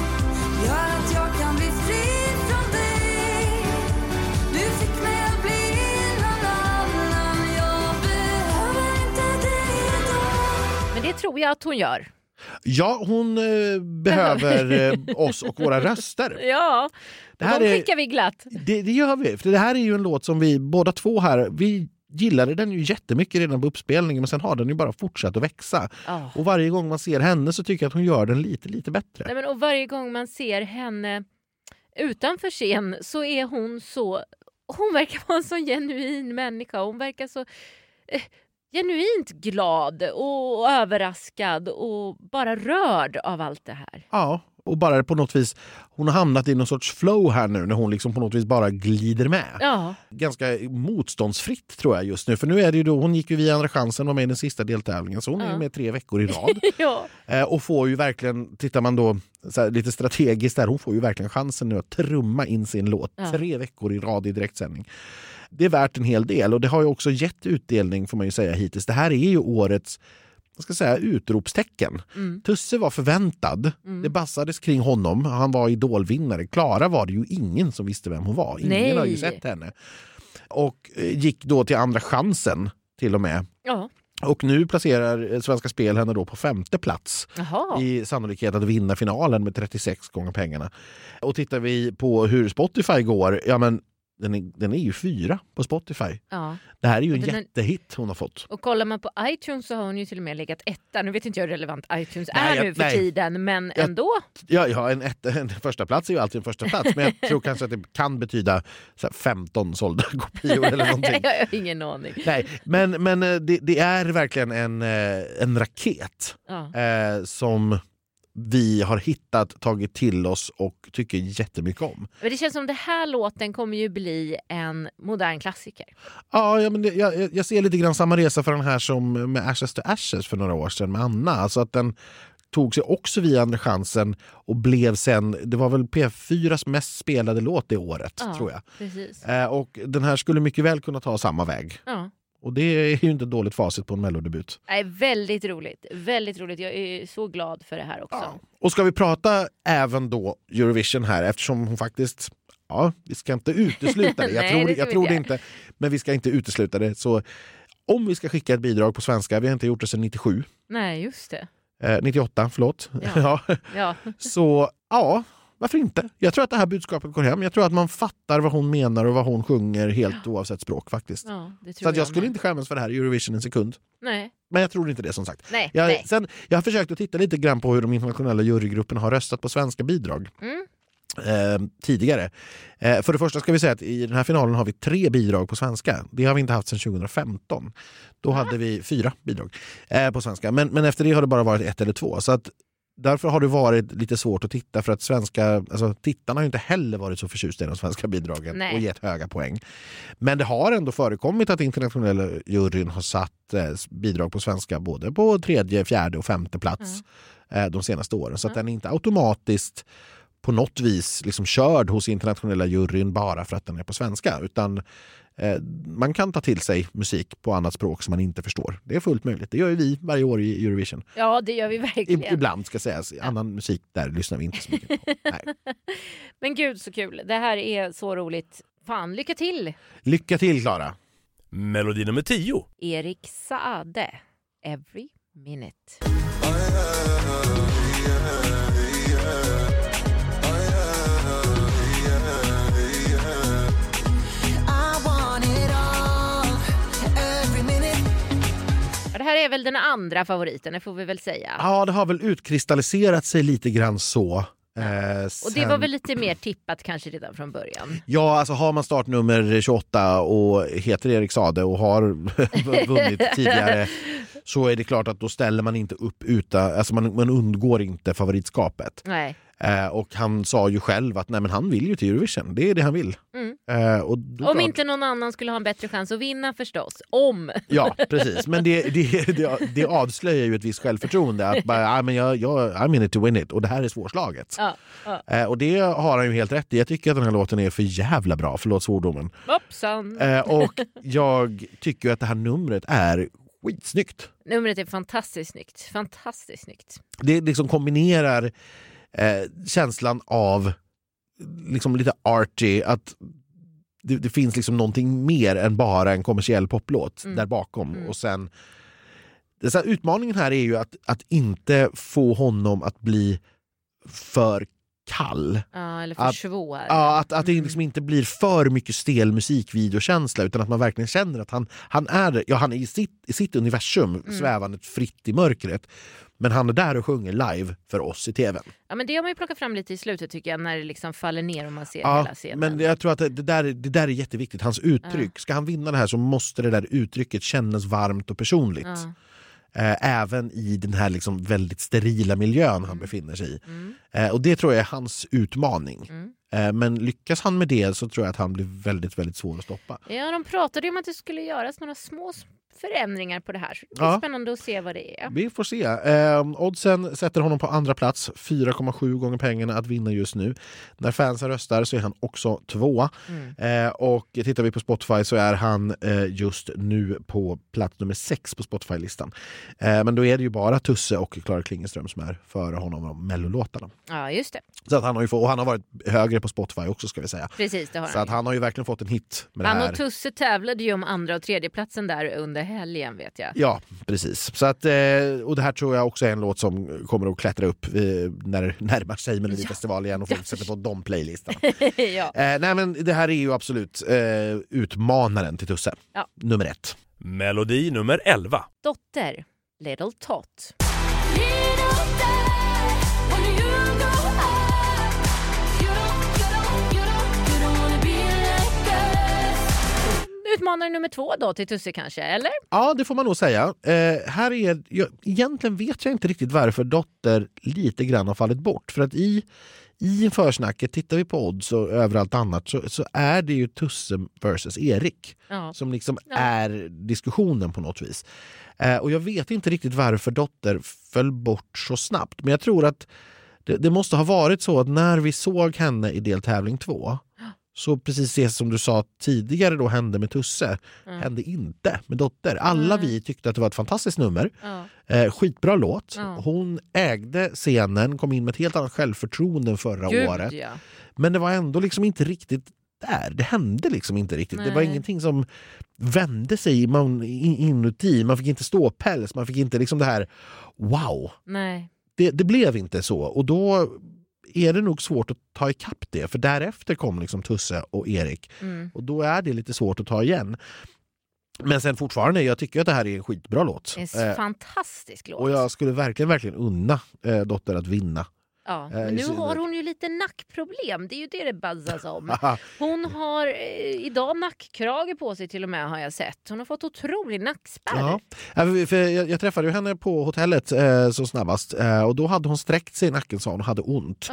gör att jag kan bli fri från dig. Du fick mig att bli någon annan. Jag behöver inte dig idag. Men det tror jag att hon gör. Ja, hon eh, behöver eh, oss och våra röster. Ja, Det här de är- skickar vi glatt. Det, det gör vi, för det här är ju en låt som vi båda två här, vi gillade den ju jättemycket redan på uppspelningen men sen har den ju bara fortsatt att växa. Ja. Och varje gång man ser henne så tycker jag att hon gör den lite, lite bättre. Nej, men, och varje gång man ser henne utanför scen så är hon så... Hon verkar vara en så genuin människa. Hon verkar så eh, genuint glad och överraskad och bara rörd av allt det här. Ja, och bara på något vis, hon har hamnat i någon sorts flow här nu när hon liksom på något vis bara glider med. Ja, Ganska motståndsfritt tror jag just nu. För nu är det ju då, hon gick ju via Andra chansen och var med i den sista deltävlingen så hon är Ja. ju med tre veckor i rad. ja. eh, och får ju verkligen, tittar man då så här, lite strategiskt där, hon får ju verkligen chansen nu att trumma in sin låt Ja. tre veckor i rad i direktsändning. Det är värt en hel del och det har ju också gett utdelning får man ju säga hittills. Det här är ju årets, vad ska jag säga, utropstecken. Mm. Tusse var förväntad. Mm. Det bassades kring honom. Han var idolvinnare. Klara var det ju ingen som visste vem hon var. Ingen Nej. har ju sett henne. Och eh, gick då till Andra chansen till och med. Ja. Och nu placerar Svenska Spel henne då på femte plats Jaha. i sannolikhet att vinna finalen med trettiosex gånger pengarna. Och tittar vi på hur Spotify går, ja men den är, den är ju fyra på Spotify. Ja. Det här är ju en Den är- jättehit hon har fått. Och kollar man på iTunes så har hon ju till och med legat etta. Nu vet inte jag hur relevant iTunes Nej, är jag- nu för nej. tiden, men Jag- ändå. Ja, ja en, ett, en första plats är ju alltid en första plats men jag tror kanske att det kan betyda så här femton sålda kopior eller någonting. Jag har ingen aning. Nej, men, men eh, det, det är verkligen en, eh, en raket Ja. eh, som vi har hittat, tagit till oss och tycker jättemycket om. Men det känns som det här låten kommer ju bli en modern klassiker. Ja, ja men det, jag, jag ser lite grann samma resa för den här som med Ashes to Ashes för några år sedan med Anna. Alltså att den tog sig också via Andra chansen och blev sen, det var väl P fyras mest spelade låt det året Ja, tror jag. Precis. Eh, och den här skulle mycket väl kunna ta samma väg. Ja. Och det är ju inte ett dåligt facit på en mellodebut. Nej, väldigt roligt. Väldigt roligt. Jag är så glad för det här också. Ja. Och ska vi prata även då Eurovision här eftersom hon faktiskt, ja, vi ska inte utesluta det. Jag Nej, tror, det ska jag vi tror det inte. inte, men vi ska inte utesluta det. Så om vi ska skicka ett bidrag på svenska, vi har inte gjort det sedan nittiosju, Nej, just det. eh, nittioåtta, förlåt. Ja. Ja. Ja. Så ja, varför inte? Jag tror att det här budskapet går hem. Jag tror att man fattar vad hon menar och vad hon sjunger helt oavsett språk faktiskt. Ja, det tror Så att jag jag skulle med. inte skämmas för det här i Eurovision en sekund. Nej, Men jag tror inte det som sagt. nej, Jag, nej. sen, jag har försökt att titta lite grann på hur de internationella jurygrupperna har röstat på svenska bidrag Mm. eh, tidigare. Eh, för det första ska vi säga att i den här finalen har vi tre bidrag på svenska. Det har vi inte haft sedan tjugohundrafemton. Då hade vi fyra bidrag eh, på svenska. Men, men efter det har det bara varit ett eller två. Så att därför har det varit lite svårt att titta för att svenska, alltså tittarna har ju inte heller varit så förtjusta i de svenska bidragen Nej. och gett höga poäng. Men det har ändå förekommit att internationella juryn har satt eh, bidrag på svenska både på tredje, fjärde och femte plats eh, de senaste åren. Så att Mm. den är inte automatiskt på något vis liksom körd hos internationella juryn bara för att den är på svenska, utan eh, man kan ta till sig musik på annat språk som man inte förstår. Det är fullt möjligt. Det gör ju vi varje år i Eurovision. Ja, det gör vi verkligen. I, ibland ska sägas. Annan musik där lyssnar vi inte så mycket på. Nej. Men gud så kul. Det här är så roligt. Fan, lycka till! Lycka till, Klara! Melodi nummer tio. Erik Saade, Every Minute. Det här är väl den andra favoriten, det får vi väl säga. Ja, det har väl utkristalliserat sig lite grann så. Eh, och det var väl lite mer tippat kanske redan från början. Ja, alltså har man startnummer tjugoåtta och heter Erik Saade och har vunnit tidigare, så är det klart att då ställer man inte upp utan, alltså man, man undgår inte favoritskapet. Nej. Eh, och han sa ju själv att nej, men han vill ju till Eurovision. Det är det han vill. Mm. Eh, och då Om klart, inte någon annan skulle ha en bättre chans att vinna förstås. Om. Ja, precis. Men det, det, det, det avslöjar ju ett visst självförtroende. Att bara, ah, men jag, jag, I'm in it to win it. Och det här är svårslaget. Ja, ja. Eh, och det har han ju helt rätt i. Jag tycker att den här låten är för jävla bra. Förlåt svordomen. Hoppsan. Eh, och jag tycker att det här numret är skitsnyggt. Numret är fantastiskt snyggt. Fantastiskt snyggt. Det liksom kombinerar eh, känslan av liksom lite arty, att det, det finns liksom någonting mer än bara en kommersiell poplåt mm. där bakom. Mm. Och sen så här, utmaningen här är ju att, att inte få honom att bli för kall. Ja, eller för att, svår. Ja, att, att det mm. liksom inte blir för mycket stel musikvideokänsla, utan att man verkligen känner att han, han är ja, han är i sitt, i sitt universum mm. svävandet fritt i mörkret. Men han är där och sjunger live för oss i tvn. Ja, men det har man ju plockat fram lite i slutet tycker jag, när det liksom faller ner och man ser ja, hela scenen. Men jag tror att det, det, där, det där är jätteviktigt. Hans uttryck. Ja. Ska han vinna det här så måste det där uttrycket kännas varmt och personligt. Ja. Även i den här liksom väldigt sterila miljön mm. han befinner sig i. Mm. Och det tror jag är hans utmaning. Mm. Men lyckas han med det så tror jag att han blir väldigt, väldigt svår att stoppa. Ja, de pratade ju om att det skulle göras några små förändringar på det här. Så det är ja. spännande att se vad det är. Vi får se. Eh, oddsen sätter honom på andra plats. fyra komma sju gånger pengarna att vinna just nu. När fansen röstar så är han också två. Mm. Eh, och tittar vi på Spotify så är han eh, just nu på plats nummer sex på Spotify-listan. Eh, men då är det ju bara Tusse och Klara Klingenström som är före honom om mellolåtarna. Ja, just det. Så att han har ju fått, och han har varit högre på Spotify också, ska vi säga. Precis, det har han. Så att han har ju verkligen fått en hit med han det här. Och Tusse tävlade ju om andra och tredje platsen där under helgen, vet jag. Ja, precis. Så att, och det här tror jag också är en låt som kommer att klättra upp när det närmar sig Melodifestival igen och folk sätter på de playlistarna. ja. eh, nej, men det här är ju absolut eh, utmanaren till Tusse. Ja. Nummer ett. Melodi nummer elva. Dotter, Little Tot. Utmanare nummer två då till Tusse kanske, eller? Ja, det får man nog säga. Eh, här är, jag, egentligen vet jag inte riktigt varför Dotter lite grann har fallit bort. För att i, i försnacket, tittar vi på odds och överallt annat, så, så är det ju Tusse versus Erik ja. som liksom ja. är diskussionen på något vis. Eh, och jag vet inte riktigt varför Dotter föll bort så snabbt. Men jag tror att det, det måste ha varit så att när vi såg henne i deltävling två, så precis det som du sa tidigare då hände med Tusse mm. hände inte med Dotter. Alla mm. vi tyckte att det var ett fantastiskt nummer. Mm. Eh, skitbra låt. Mm. Hon ägde scenen, kom in med ett helt annat självförtroende än förra Gud, året. Ja. Men det var ändå liksom inte riktigt där. Det hände liksom inte riktigt. Nej. Det var ingenting som vände sig man, inuti. Man fick inte stå päls. Man fick inte liksom det här wow. Nej. Det, det blev inte så. Och då är det nog svårt att ta ikapp det. För därefter kom liksom Tusse och Erik. Mm. Och då är det lite svårt att ta igen. Men sen fortfarande, jag tycker att det här är en skitbra låt. Det är en eh, fantastisk låt. Och jag skulle verkligen, verkligen unna eh, Dotter att vinna. Ja, men nu har hon ju lite nackproblem. Det är ju det det buzzas om. Hon har eh, idag nackkrage på sig till och med, har jag sett. Hon har fått otrolig nackspärr. Ja, för jag, jag träffade ju henne på hotellet eh, så snabbast. Eh, och då hade hon sträckt sig i nacken, sa hon, och hade ont. Ja.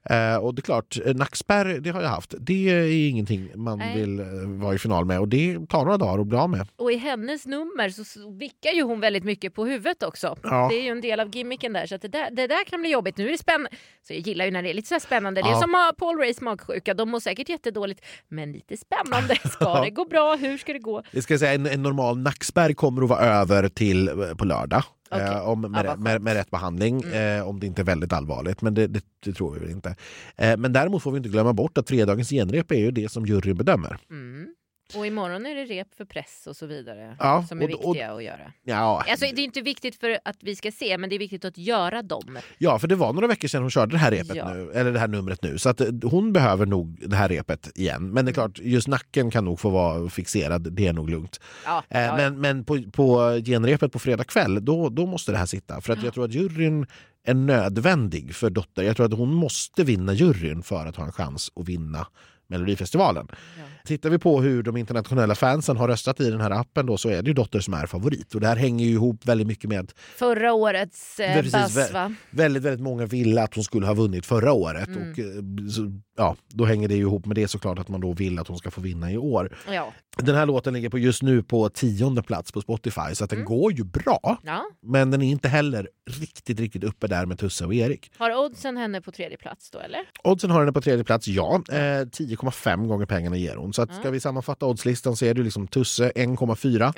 Eh, och det är klart, nackspärr, det har jag haft. Det är ingenting man Nej. vill eh, vara i final med och det tar några dagar att bli av med. Och i hennes nummer så, så vickar ju hon väldigt mycket på huvudet också. Ja. Det är ju en del av gimmicken där, så att det, där, det där kan bli jobbigt. Nu är det spännande. Så jag gillar ju när det är lite så här spännande. Det är Ja. som har Paul Rays magsjuka. De mår säkert jättedåligt, men lite spännande. Ska det gå bra? Hur ska det gå? Det ska jag säga, en, en normal nackspärr kommer att vara över till eh, på lördag. Okej. Eh, om, med, Ja, vad med, skönt. med rätt behandling, Mm. eh, om det inte är väldigt allvarligt. Men det, det, det tror vi väl inte. Eh, men däremot får vi inte glömma bort att fredagens genrep är ju det som juryn bedömer. Mm. Och imorgon är det rep för press och så vidare Ja, som är och- och- viktiga att göra. Ja, Alltså, det är inte viktigt för att vi ska se, men det är viktigt att göra dem. ja, för det var några veckor sedan hon körde det här repet Ja. nu, eller det här numret nu. Så att eh, hon behöver nog det här repet igen. Men det är klart, just nacken kan nog få vara fixerad. Det är nog lugnt. Ja, Eh, ja, men men på, på genrepet på fredag kväll, då, då måste det här sitta. För att jag tror att juryn är nödvändig för Dotter. Jag tror att hon måste vinna juryn för att ha en chans att vinna Melodifestivalen. ja. Tittar vi på hur de internationella fansen har röstat i den här appen då, så är det ju Dotter som är favorit. Och det här hänger ju ihop väldigt mycket med Förra årets eh, Precis, bass, vä- va? väldigt, väldigt många ville att hon skulle ha vunnit förra året. Mm. Och eh, så, ja, då hänger det ju ihop med det såklart att man då vill att hon ska få vinna i år. Ja. Den här låten ligger på just nu på tionde plats på Spotify, så att den Mm. går ju bra. ja. Men den är inte heller riktigt, riktigt uppe där med Tusse och Erik. Har oddsen henne på tredje plats då, eller? Oddsen har den på tredje plats, ja. Eh, tio komma fem gånger pengarna ger hon. Så att, ska Ja. vi sammanfatta oddslistan så är det liksom Tusse en komma fyra,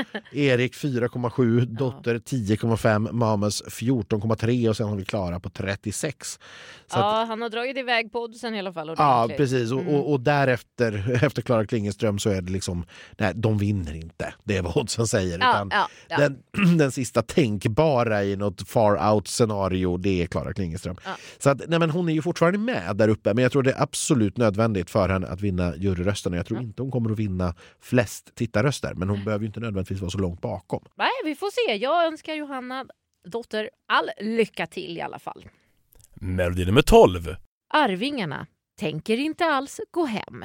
Erik fyra komma sju, Dotter tio komma fem, Mamas fjorton komma tre och sen har vi Klara på trettiosex. Så att, Ja, han har dragit iväg på oddsen i alla fall. ja, ordentligt. precis. Och, Mm. och, och därefter, efter Klara Klingenström, så är det liksom, nej, de vinner inte. Det är vad oddsen säger. Ja, Utan ja, ja. Den, den sista tänkbara i något far out scenario, det är Klara Klingenström. Ja. Så att, nej, men hon är ju fortfarande med där uppe, men jag tror det är absolut nödvändigt för henne att vinna juryrösten. Jag tror Ja. inte hon kommer att vinna flest tittarröster, men hon behöver ju inte nödvändigtvis vara så långt bakom. Nej, vi får se. Jag önskar Johanna Dotter all lycka till i alla fall. Melodi nummer tolv. Arvingarna tänker inte alls gå hem.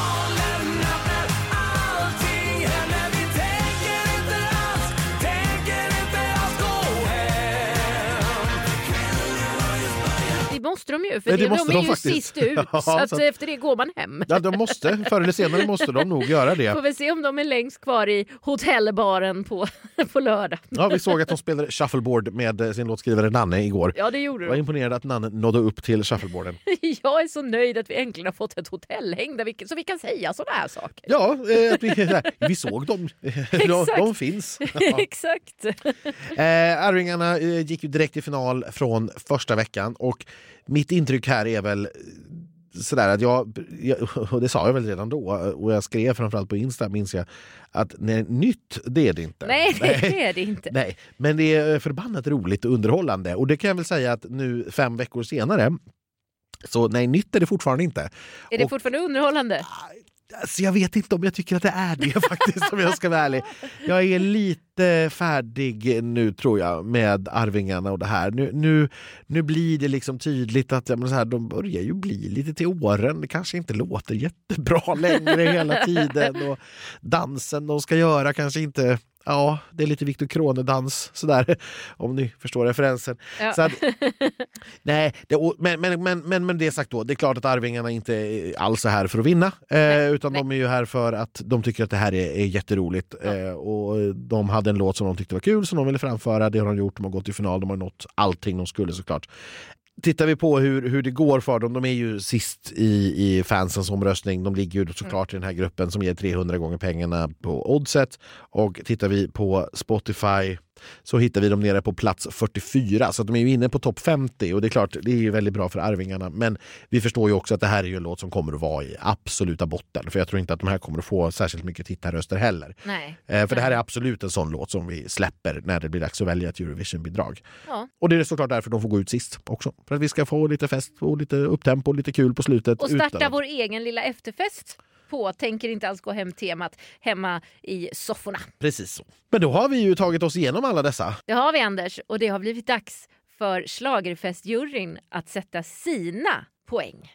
Det måste de ju, för Nej, det det måste de är de ju faktiskt. sist ut. Ja, så att så att- efter det går man hem. Ja, de måste, förr eller senare måste de nog göra det. Får vi se om de är längst kvar i hotellbaren på, på lördag. Ja, vi såg att de spelade shuffleboard med sin låtskrivare Nanne igår. Ja, det gjorde Jag var de. imponerad att Nanne nådde upp till shuffleboarden. Jag är så nöjd att vi äntligen har fått ett hotellhäng där vi, så vi kan säga sådana här saker. Ja, eh, att vi, vi såg dem. De, Exakt. de finns. Ja. Exakt. Eh, Arvingarna eh, gick ju direkt i final från första veckan och mitt intryck här är väl eh, sådär att jag, jag, och det sa jag väl redan då, och jag skrev framförallt på Insta, minns jag, att nej, nytt, det är det inte. Nej, det är det inte. Nej, men det är förbannat roligt och underhållande, och det kan jag väl säga att nu fem veckor senare, så nej, nytt är det fortfarande inte. Är det Och- fortfarande underhållande? Alltså, jag vet inte om jag tycker att det är det faktiskt, om jag ska vara ärlig. Jag är lite färdig nu, tror jag, med Arvingarna och det här. Nu, nu, nu blir det liksom tydligt att ja, men så här, de börjar ju bli lite till åren. Det kanske inte låter jättebra längre hela tiden. Och dansen de ska göra kanske inte... Ja, det är lite Viktor Krone-dans, sådär, om ni förstår referensen. Ja. Så att, nej, det, och- men, men, men, men, men det sagt då, det är klart att Arvingarna inte är alls är här för att vinna, eh, Nej, utan nej. de är ju här för att de tycker att det här är, är jätteroligt. Ja. Eh, och de hade en låt som de tyckte var kul, som de ville framföra. Det har de gjort, de har gått till final, de har nått allting de skulle såklart. Tittar vi på hur, hur det går för dem, de är ju sist i, i fansens omröstning. De ligger ju såklart i den här gruppen som ger trehundra gånger pengarna på oddset. Och tittar vi på Spotify så hittar vi dem nere på plats fyrtiofyra. Så att de är ju inne på topp femtio, och det är klart, det är ju väldigt bra för Arvingarna. Men vi förstår ju också att det här är ju en låt som kommer att vara i absoluta botten. För jag tror inte att de här kommer att få särskilt mycket tittarröster heller. Nej. Eh, för det här är absolut en sån låt som vi släpper när det blir dags att välja ett Eurovision-bidrag. Ja. Och det är såklart därför de får gå ut sist också. För att vi ska få lite fest och lite upptempo och lite kul på slutet. Och starta utan- vår egen lilla efterfest på tänker inte alls gå hem temat hemma i sofforna. Precis så. Men då har vi ju tagit oss igenom alla dessa. Det har vi, Anders, och det har blivit dags för Schlagerfestjuryn att sätta sina poäng.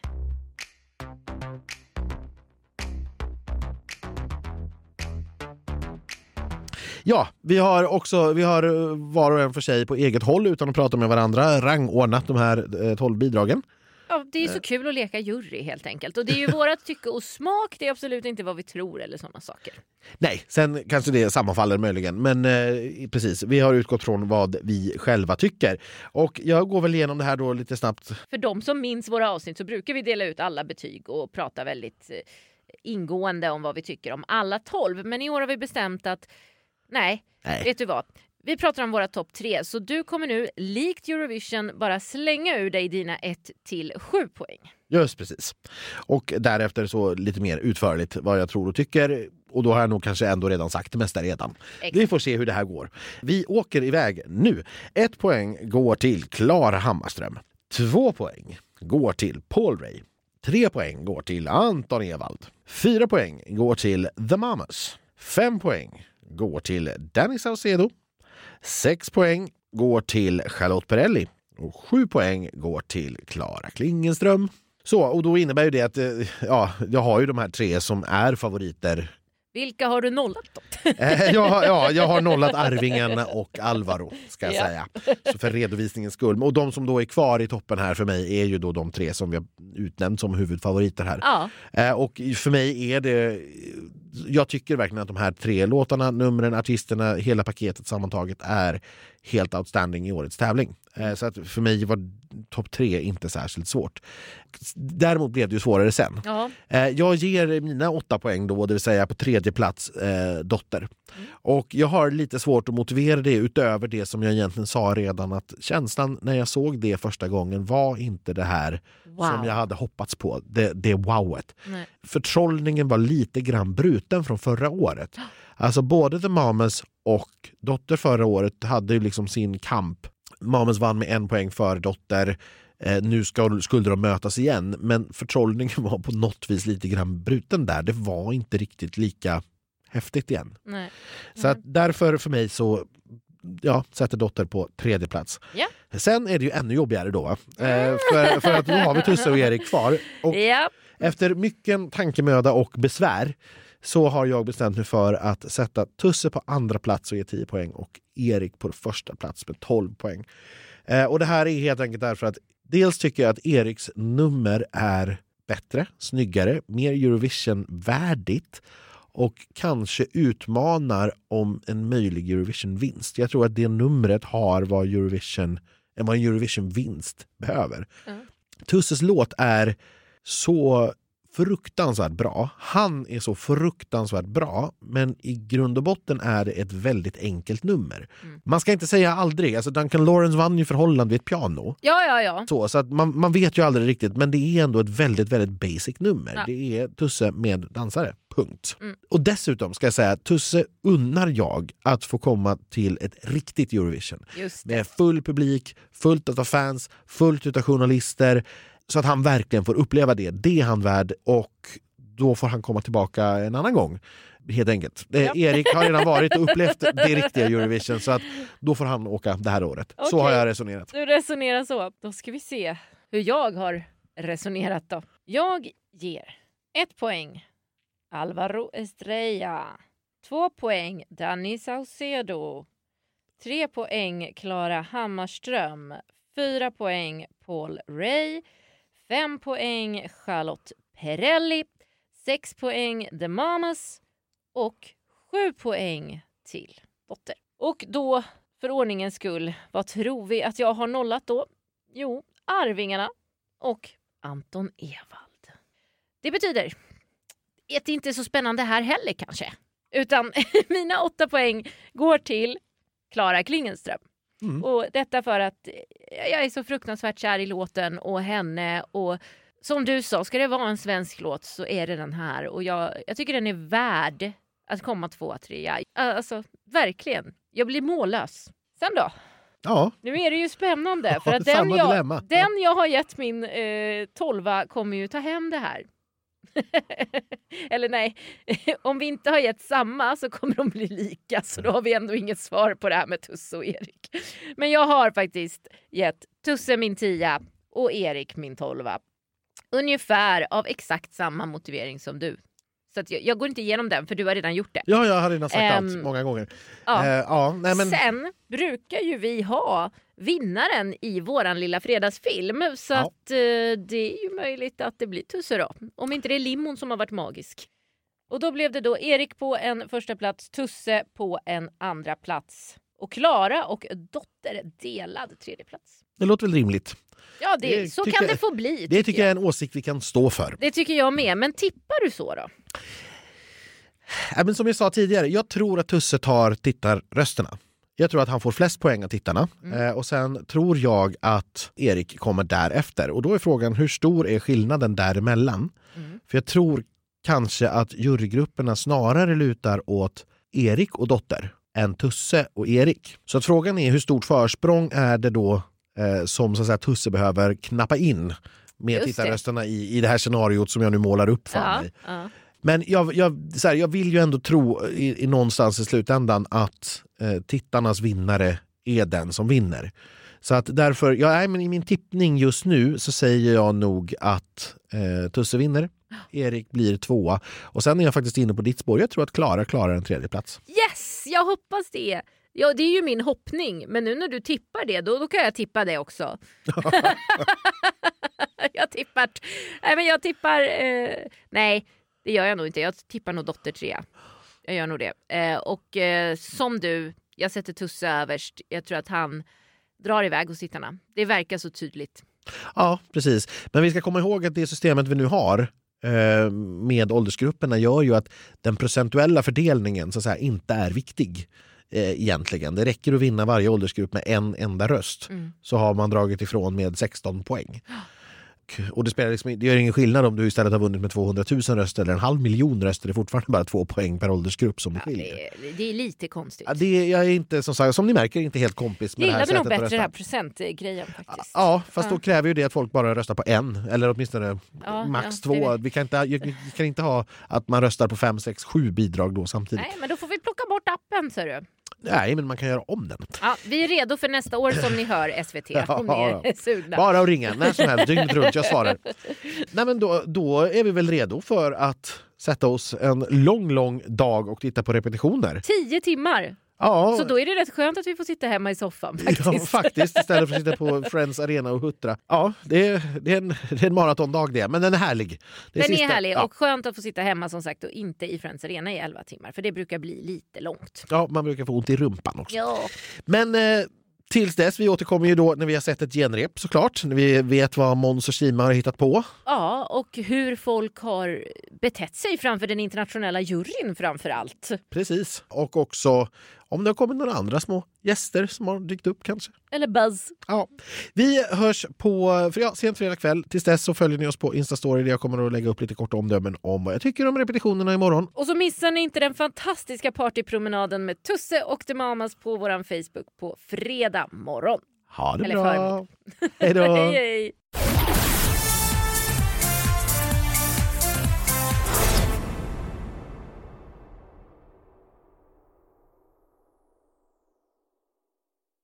Ja, vi har också vi har eh, var och en för sig på eget håll utan att prata med varandra rangordnat de här eh, tolv bidragen. Ja, det är så kul att leka jury helt enkelt. Och det är ju vårat tycke och smak. Det är absolut inte vad vi tror eller sådana saker. Nej, sen kanske det sammanfaller möjligen. Men eh, precis, vi har utgått från vad vi själva tycker. Och jag går väl igenom det här då lite snabbt. För de som minns våra avsnitt så brukar vi dela ut alla betyg och prata väldigt eh, ingående om vad vi tycker om alla tolv. Men i år har vi bestämt att nej, Nej. vet du vad? Vi pratar om våra topp tre, så du kommer nu, likt Eurovision, bara slänga ur dig dina ett till sju poäng. Just precis. Och därefter så lite mer utförligt vad jag tror och tycker. Och då har jag nog kanske ändå redan sagt det mesta redan. Exakt. Vi får se hur det här går. Vi åker iväg nu. Ett poäng går till Klara Hammarström. Två poäng går till Paul Ray. Tre poäng går till Anton Ewald. Fyra poäng går till The Mamas. Fem poäng går till Danny Saucedo. Sex poäng går till Charlotte Perrelli och sju poäng går till Klara Klingenström. Så, och då innebär ju det att ja, jag har ju de här tre som är favoriter. Vilka har du nollat då? Eh, jag, har- ja, jag har nollat Arvingen och Alvaro, ska jag Ja. säga. Så för redovisningens skull. Och de som då är kvar i toppen här för mig är ju då de tre som vi har utnämnt som huvudfavoriter här. Ja, Eh, och för mig är det... Jag tycker verkligen att de här tre låtarna, numren, artisterna, hela paketet sammantaget är helt outstanding i årets tävling. Eh, så att för mig var topp tre inte särskilt svårt. Däremot blev det ju svårare sen. ja. Eh, jag ger mina åtta poäng då, det vill säga på tredje plats eh, Dotter. Mm. Och jag har lite svårt att motivera det utöver det som jag egentligen sa redan, att känslan när jag såg det första gången var inte det här Wow. som jag hade hoppats på. Det, det wowet. Nej. Förtrollningen var lite grann bruten från förra året. Alltså både The Mamas och Dotter förra året hade ju liksom sin kamp. Mamas vann med en poäng för Dotter. Eh, nu ska, skulle de mötas igen. Men förtrollningen var på något vis lite grann bruten där. Det var inte riktigt lika häftigt igen. Nej. Så att därför för mig så ja, sätter Dotter på tredje plats. Ja. Sen är det ju ännu jobbigare då. Eh, för, för att då har vi Tusse och Erik kvar. Och Ja. efter mycket tankemöda och besvär så har jag bestämt mig för att sätta Tusse på andra plats och ge tio poäng och Erik på första plats med tolv poäng. Eh, och det här är helt enkelt därför att dels tycker jag att Eriks nummer är bättre, snyggare, mer Eurovision-värdigt och kanske utmanar om en möjlig Eurovision-vinst. Jag tror att det numret har vad Eurovision, vad en Eurovision-vinst behöver. Mm. Tusses låt är så fruktansvärt bra. Han är så fruktansvärt bra, men i grund och botten är det ett väldigt enkelt nummer. Mm. Man ska inte säga aldrig. Alltså Duncan Lawrence vann ju för Holland vid ett piano. Ja, ja, ja. Så, så att man, man vet ju aldrig riktigt, men det är ändå ett väldigt, väldigt basic nummer. Ja. Det är Tusse med dansare. Punkt. Mm. Och dessutom ska jag säga att Tusse unnar jag att få komma till ett riktigt Eurovision. Just det. Med full publik, fullt av fans, fullt av journalister. Så att han verkligen får uppleva det. Det är han värd och då får han komma tillbaka en annan gång. Helt enkelt. Eh, Ja. Erik har redan varit och upplevt det riktiga Eurovision så att då får han åka det här året. Så Okej. har jag resonerat. Du resonerar så. Då ska vi se hur jag har resonerat då. Jag ger ett poäng Alvaro Estrella. Två poäng Danny Saucedo. Tre poäng Klara Hammarström. Fyra poäng Paul Ray. Fem poäng Charlotte Perrelli. Sex poäng The Mamas. Och sju poäng till Dotter. Och då, för ordningens skull, vad tror vi att jag har nollat då? Jo, Arvingarna och Anton Ewald. Det betyder att det inte är så spännande här heller kanske. Utan mina åtta poäng går till Klara Klingenström. Mm. Och detta för att jag är så fruktansvärt kär i låten och henne. Och som du sa, ska det vara en svensk låt så är det den här. Och jag, jag tycker den är värd att komma två, trea. Alltså, verkligen. Jag blir mållös. Sen då? Ja, Nu är det ju spännande. För Ja, att den samma jag, dilemma. den jag har gett min eh, tolva kommer ju ta hem det här. Eller nej, om vi inte har gett samma så kommer de bli lika. Så då har vi ändå inget svar på det här med Tusse och Erik. Men jag har faktiskt gett Tusse min tia och Erik min tolva. Ungefär av exakt samma motivering som du. Så att jag, jag går inte igenom den för du har redan gjort det. ja jag har redan sagt Ehm, allt många gånger. Ja. Eh, ja, nej, men... Sen brukar ju vi ha vinnaren i våran lilla fredagsfilm. Så Ja. att eh, det är ju möjligt att det blir Tusse då. Om inte det är limon som har varit magisk. Och då blev det då Erik på en första plats, Tusse på en andra plats. Och Klara och Dotter delad tredje plats. Det låter väl rimligt. Ja, det, Det så tycker kan jag- det få bli. Det tycker jag är en åsikt vi kan stå för. Det tycker jag med. Men tippar du så då? Ja, men som jag sa tidigare, jag tror att Tusse tar tittarrösterna. Jag tror att han får flest poäng av tittarna. Mm. Eh, och sen tror jag att Erik kommer därefter. Och då är frågan, hur stor är skillnaden däremellan? Mm. För jag tror kanske att jurygrupperna snarare lutar åt Erik och Dotter än Tusse och Erik. Så att frågan är hur stort försprång är det då eh, som så att säga, Tusse behöver knappa in med Just det. tittarrösterna i, i det här scenariot som jag nu målar upp för Ja, mig. ja. Men jag, jag, så här, jag vill ju ändå tro i, i någonstans i slutändan att eh, tittarnas vinnare är den som vinner. Så att därför, ja, nej, men i min tippning just nu så säger jag nog att eh, Tusse vinner. Erik blir tvåa. Och sen är jag faktiskt inne på ditt spår. Jag tror att Klara klarar en tredje plats. Yes, jag hoppas det. Ja, det är ju min hoppning. Men nu när du tippar det, då, då kan jag tippa det också. jag tippar... Nej, men jag tippar... Eh, nej, det gör jag nog inte. Jag tippar nog Dotter trea. Jag gör nog det. Eh, och eh, som du, jag sätter Tusse överst. Jag tror att han drar iväg hos tittarna. Det verkar så tydligt. Ja, precis. Men vi ska komma ihåg att det systemet vi nu har eh, med åldersgrupperna gör ju att den procentuella fördelningen så att säga, inte är viktig eh, egentligen. Det räcker att vinna varje åldersgrupp med en enda röst. Mm. Så har man dragit ifrån med sexton poäng. Och det, spelar liksom, det gör ingen skillnad om du istället har vunnit med tvåhundratusen röster eller en halv miljon röster. Det är fortfarande bara två poäng per åldersgrupp som Ja, skiljer. det, är, det är lite konstigt. Ja, det, jag är inte, som, sagt, som ni märker, inte helt kompis med Jag det här gillade nog sättet att bättre den rösta. här procentgrejen faktiskt. Ja, fast Ja. då kräver ju det att folk bara röstar på en, eller åtminstone Ja, max ja, det två. vet. Vi kan, inte, vi kan inte ha att man röstar på fem, sex, sju bidrag då samtidigt. Nej, men då får vi plocka bort appen, ser du. Nej, men man kan göra om den. Ja, vi är redo för nästa år som ni hör S V T Ja, om ni är ja. sugna. Bara att ringa, när som helst, dygnet runt, jag svarar. Nej, men då, då är vi väl redo för att sätta oss en lång, lång dag och titta på repetitioner. Tio timmar. Ja, Så då är det rätt skönt att vi får sitta hemma i soffan faktiskt. ja, faktiskt, istället för att sitta på Friends Arena och huttra. Ja, det är, det är, en, det är en maratondag det, men den är härlig. Det Den sista- är härlig ja. och skönt att få sitta hemma som sagt och inte i Friends Arena i elva timmar. För det brukar bli lite långt. Ja, man brukar få ont i rumpan också. Ja. Men eh, tills dess, vi återkommer ju då när vi har sett ett genrep såklart. När vi vet vad Måns och Kima har hittat på. Ja, och hur folk har betett sig framför den internationella juryn framför allt. Precis. Och också om det har kommit några andra små gäster som har dykt upp kanske. Eller buzz. Ja. Vi hörs på för ja, sent fredag kväll. Tills dess så följer ni oss på Instastory där jag kommer att lägga upp lite korta omdömen om vad jag tycker om repetitionerna imorgon. Och så missar ni inte den fantastiska partypromenaden med Tusse och The Mamas på våran Facebook på fredag morgon. Ha det Eller bra! förmiddag. Hej då! Hej, hej.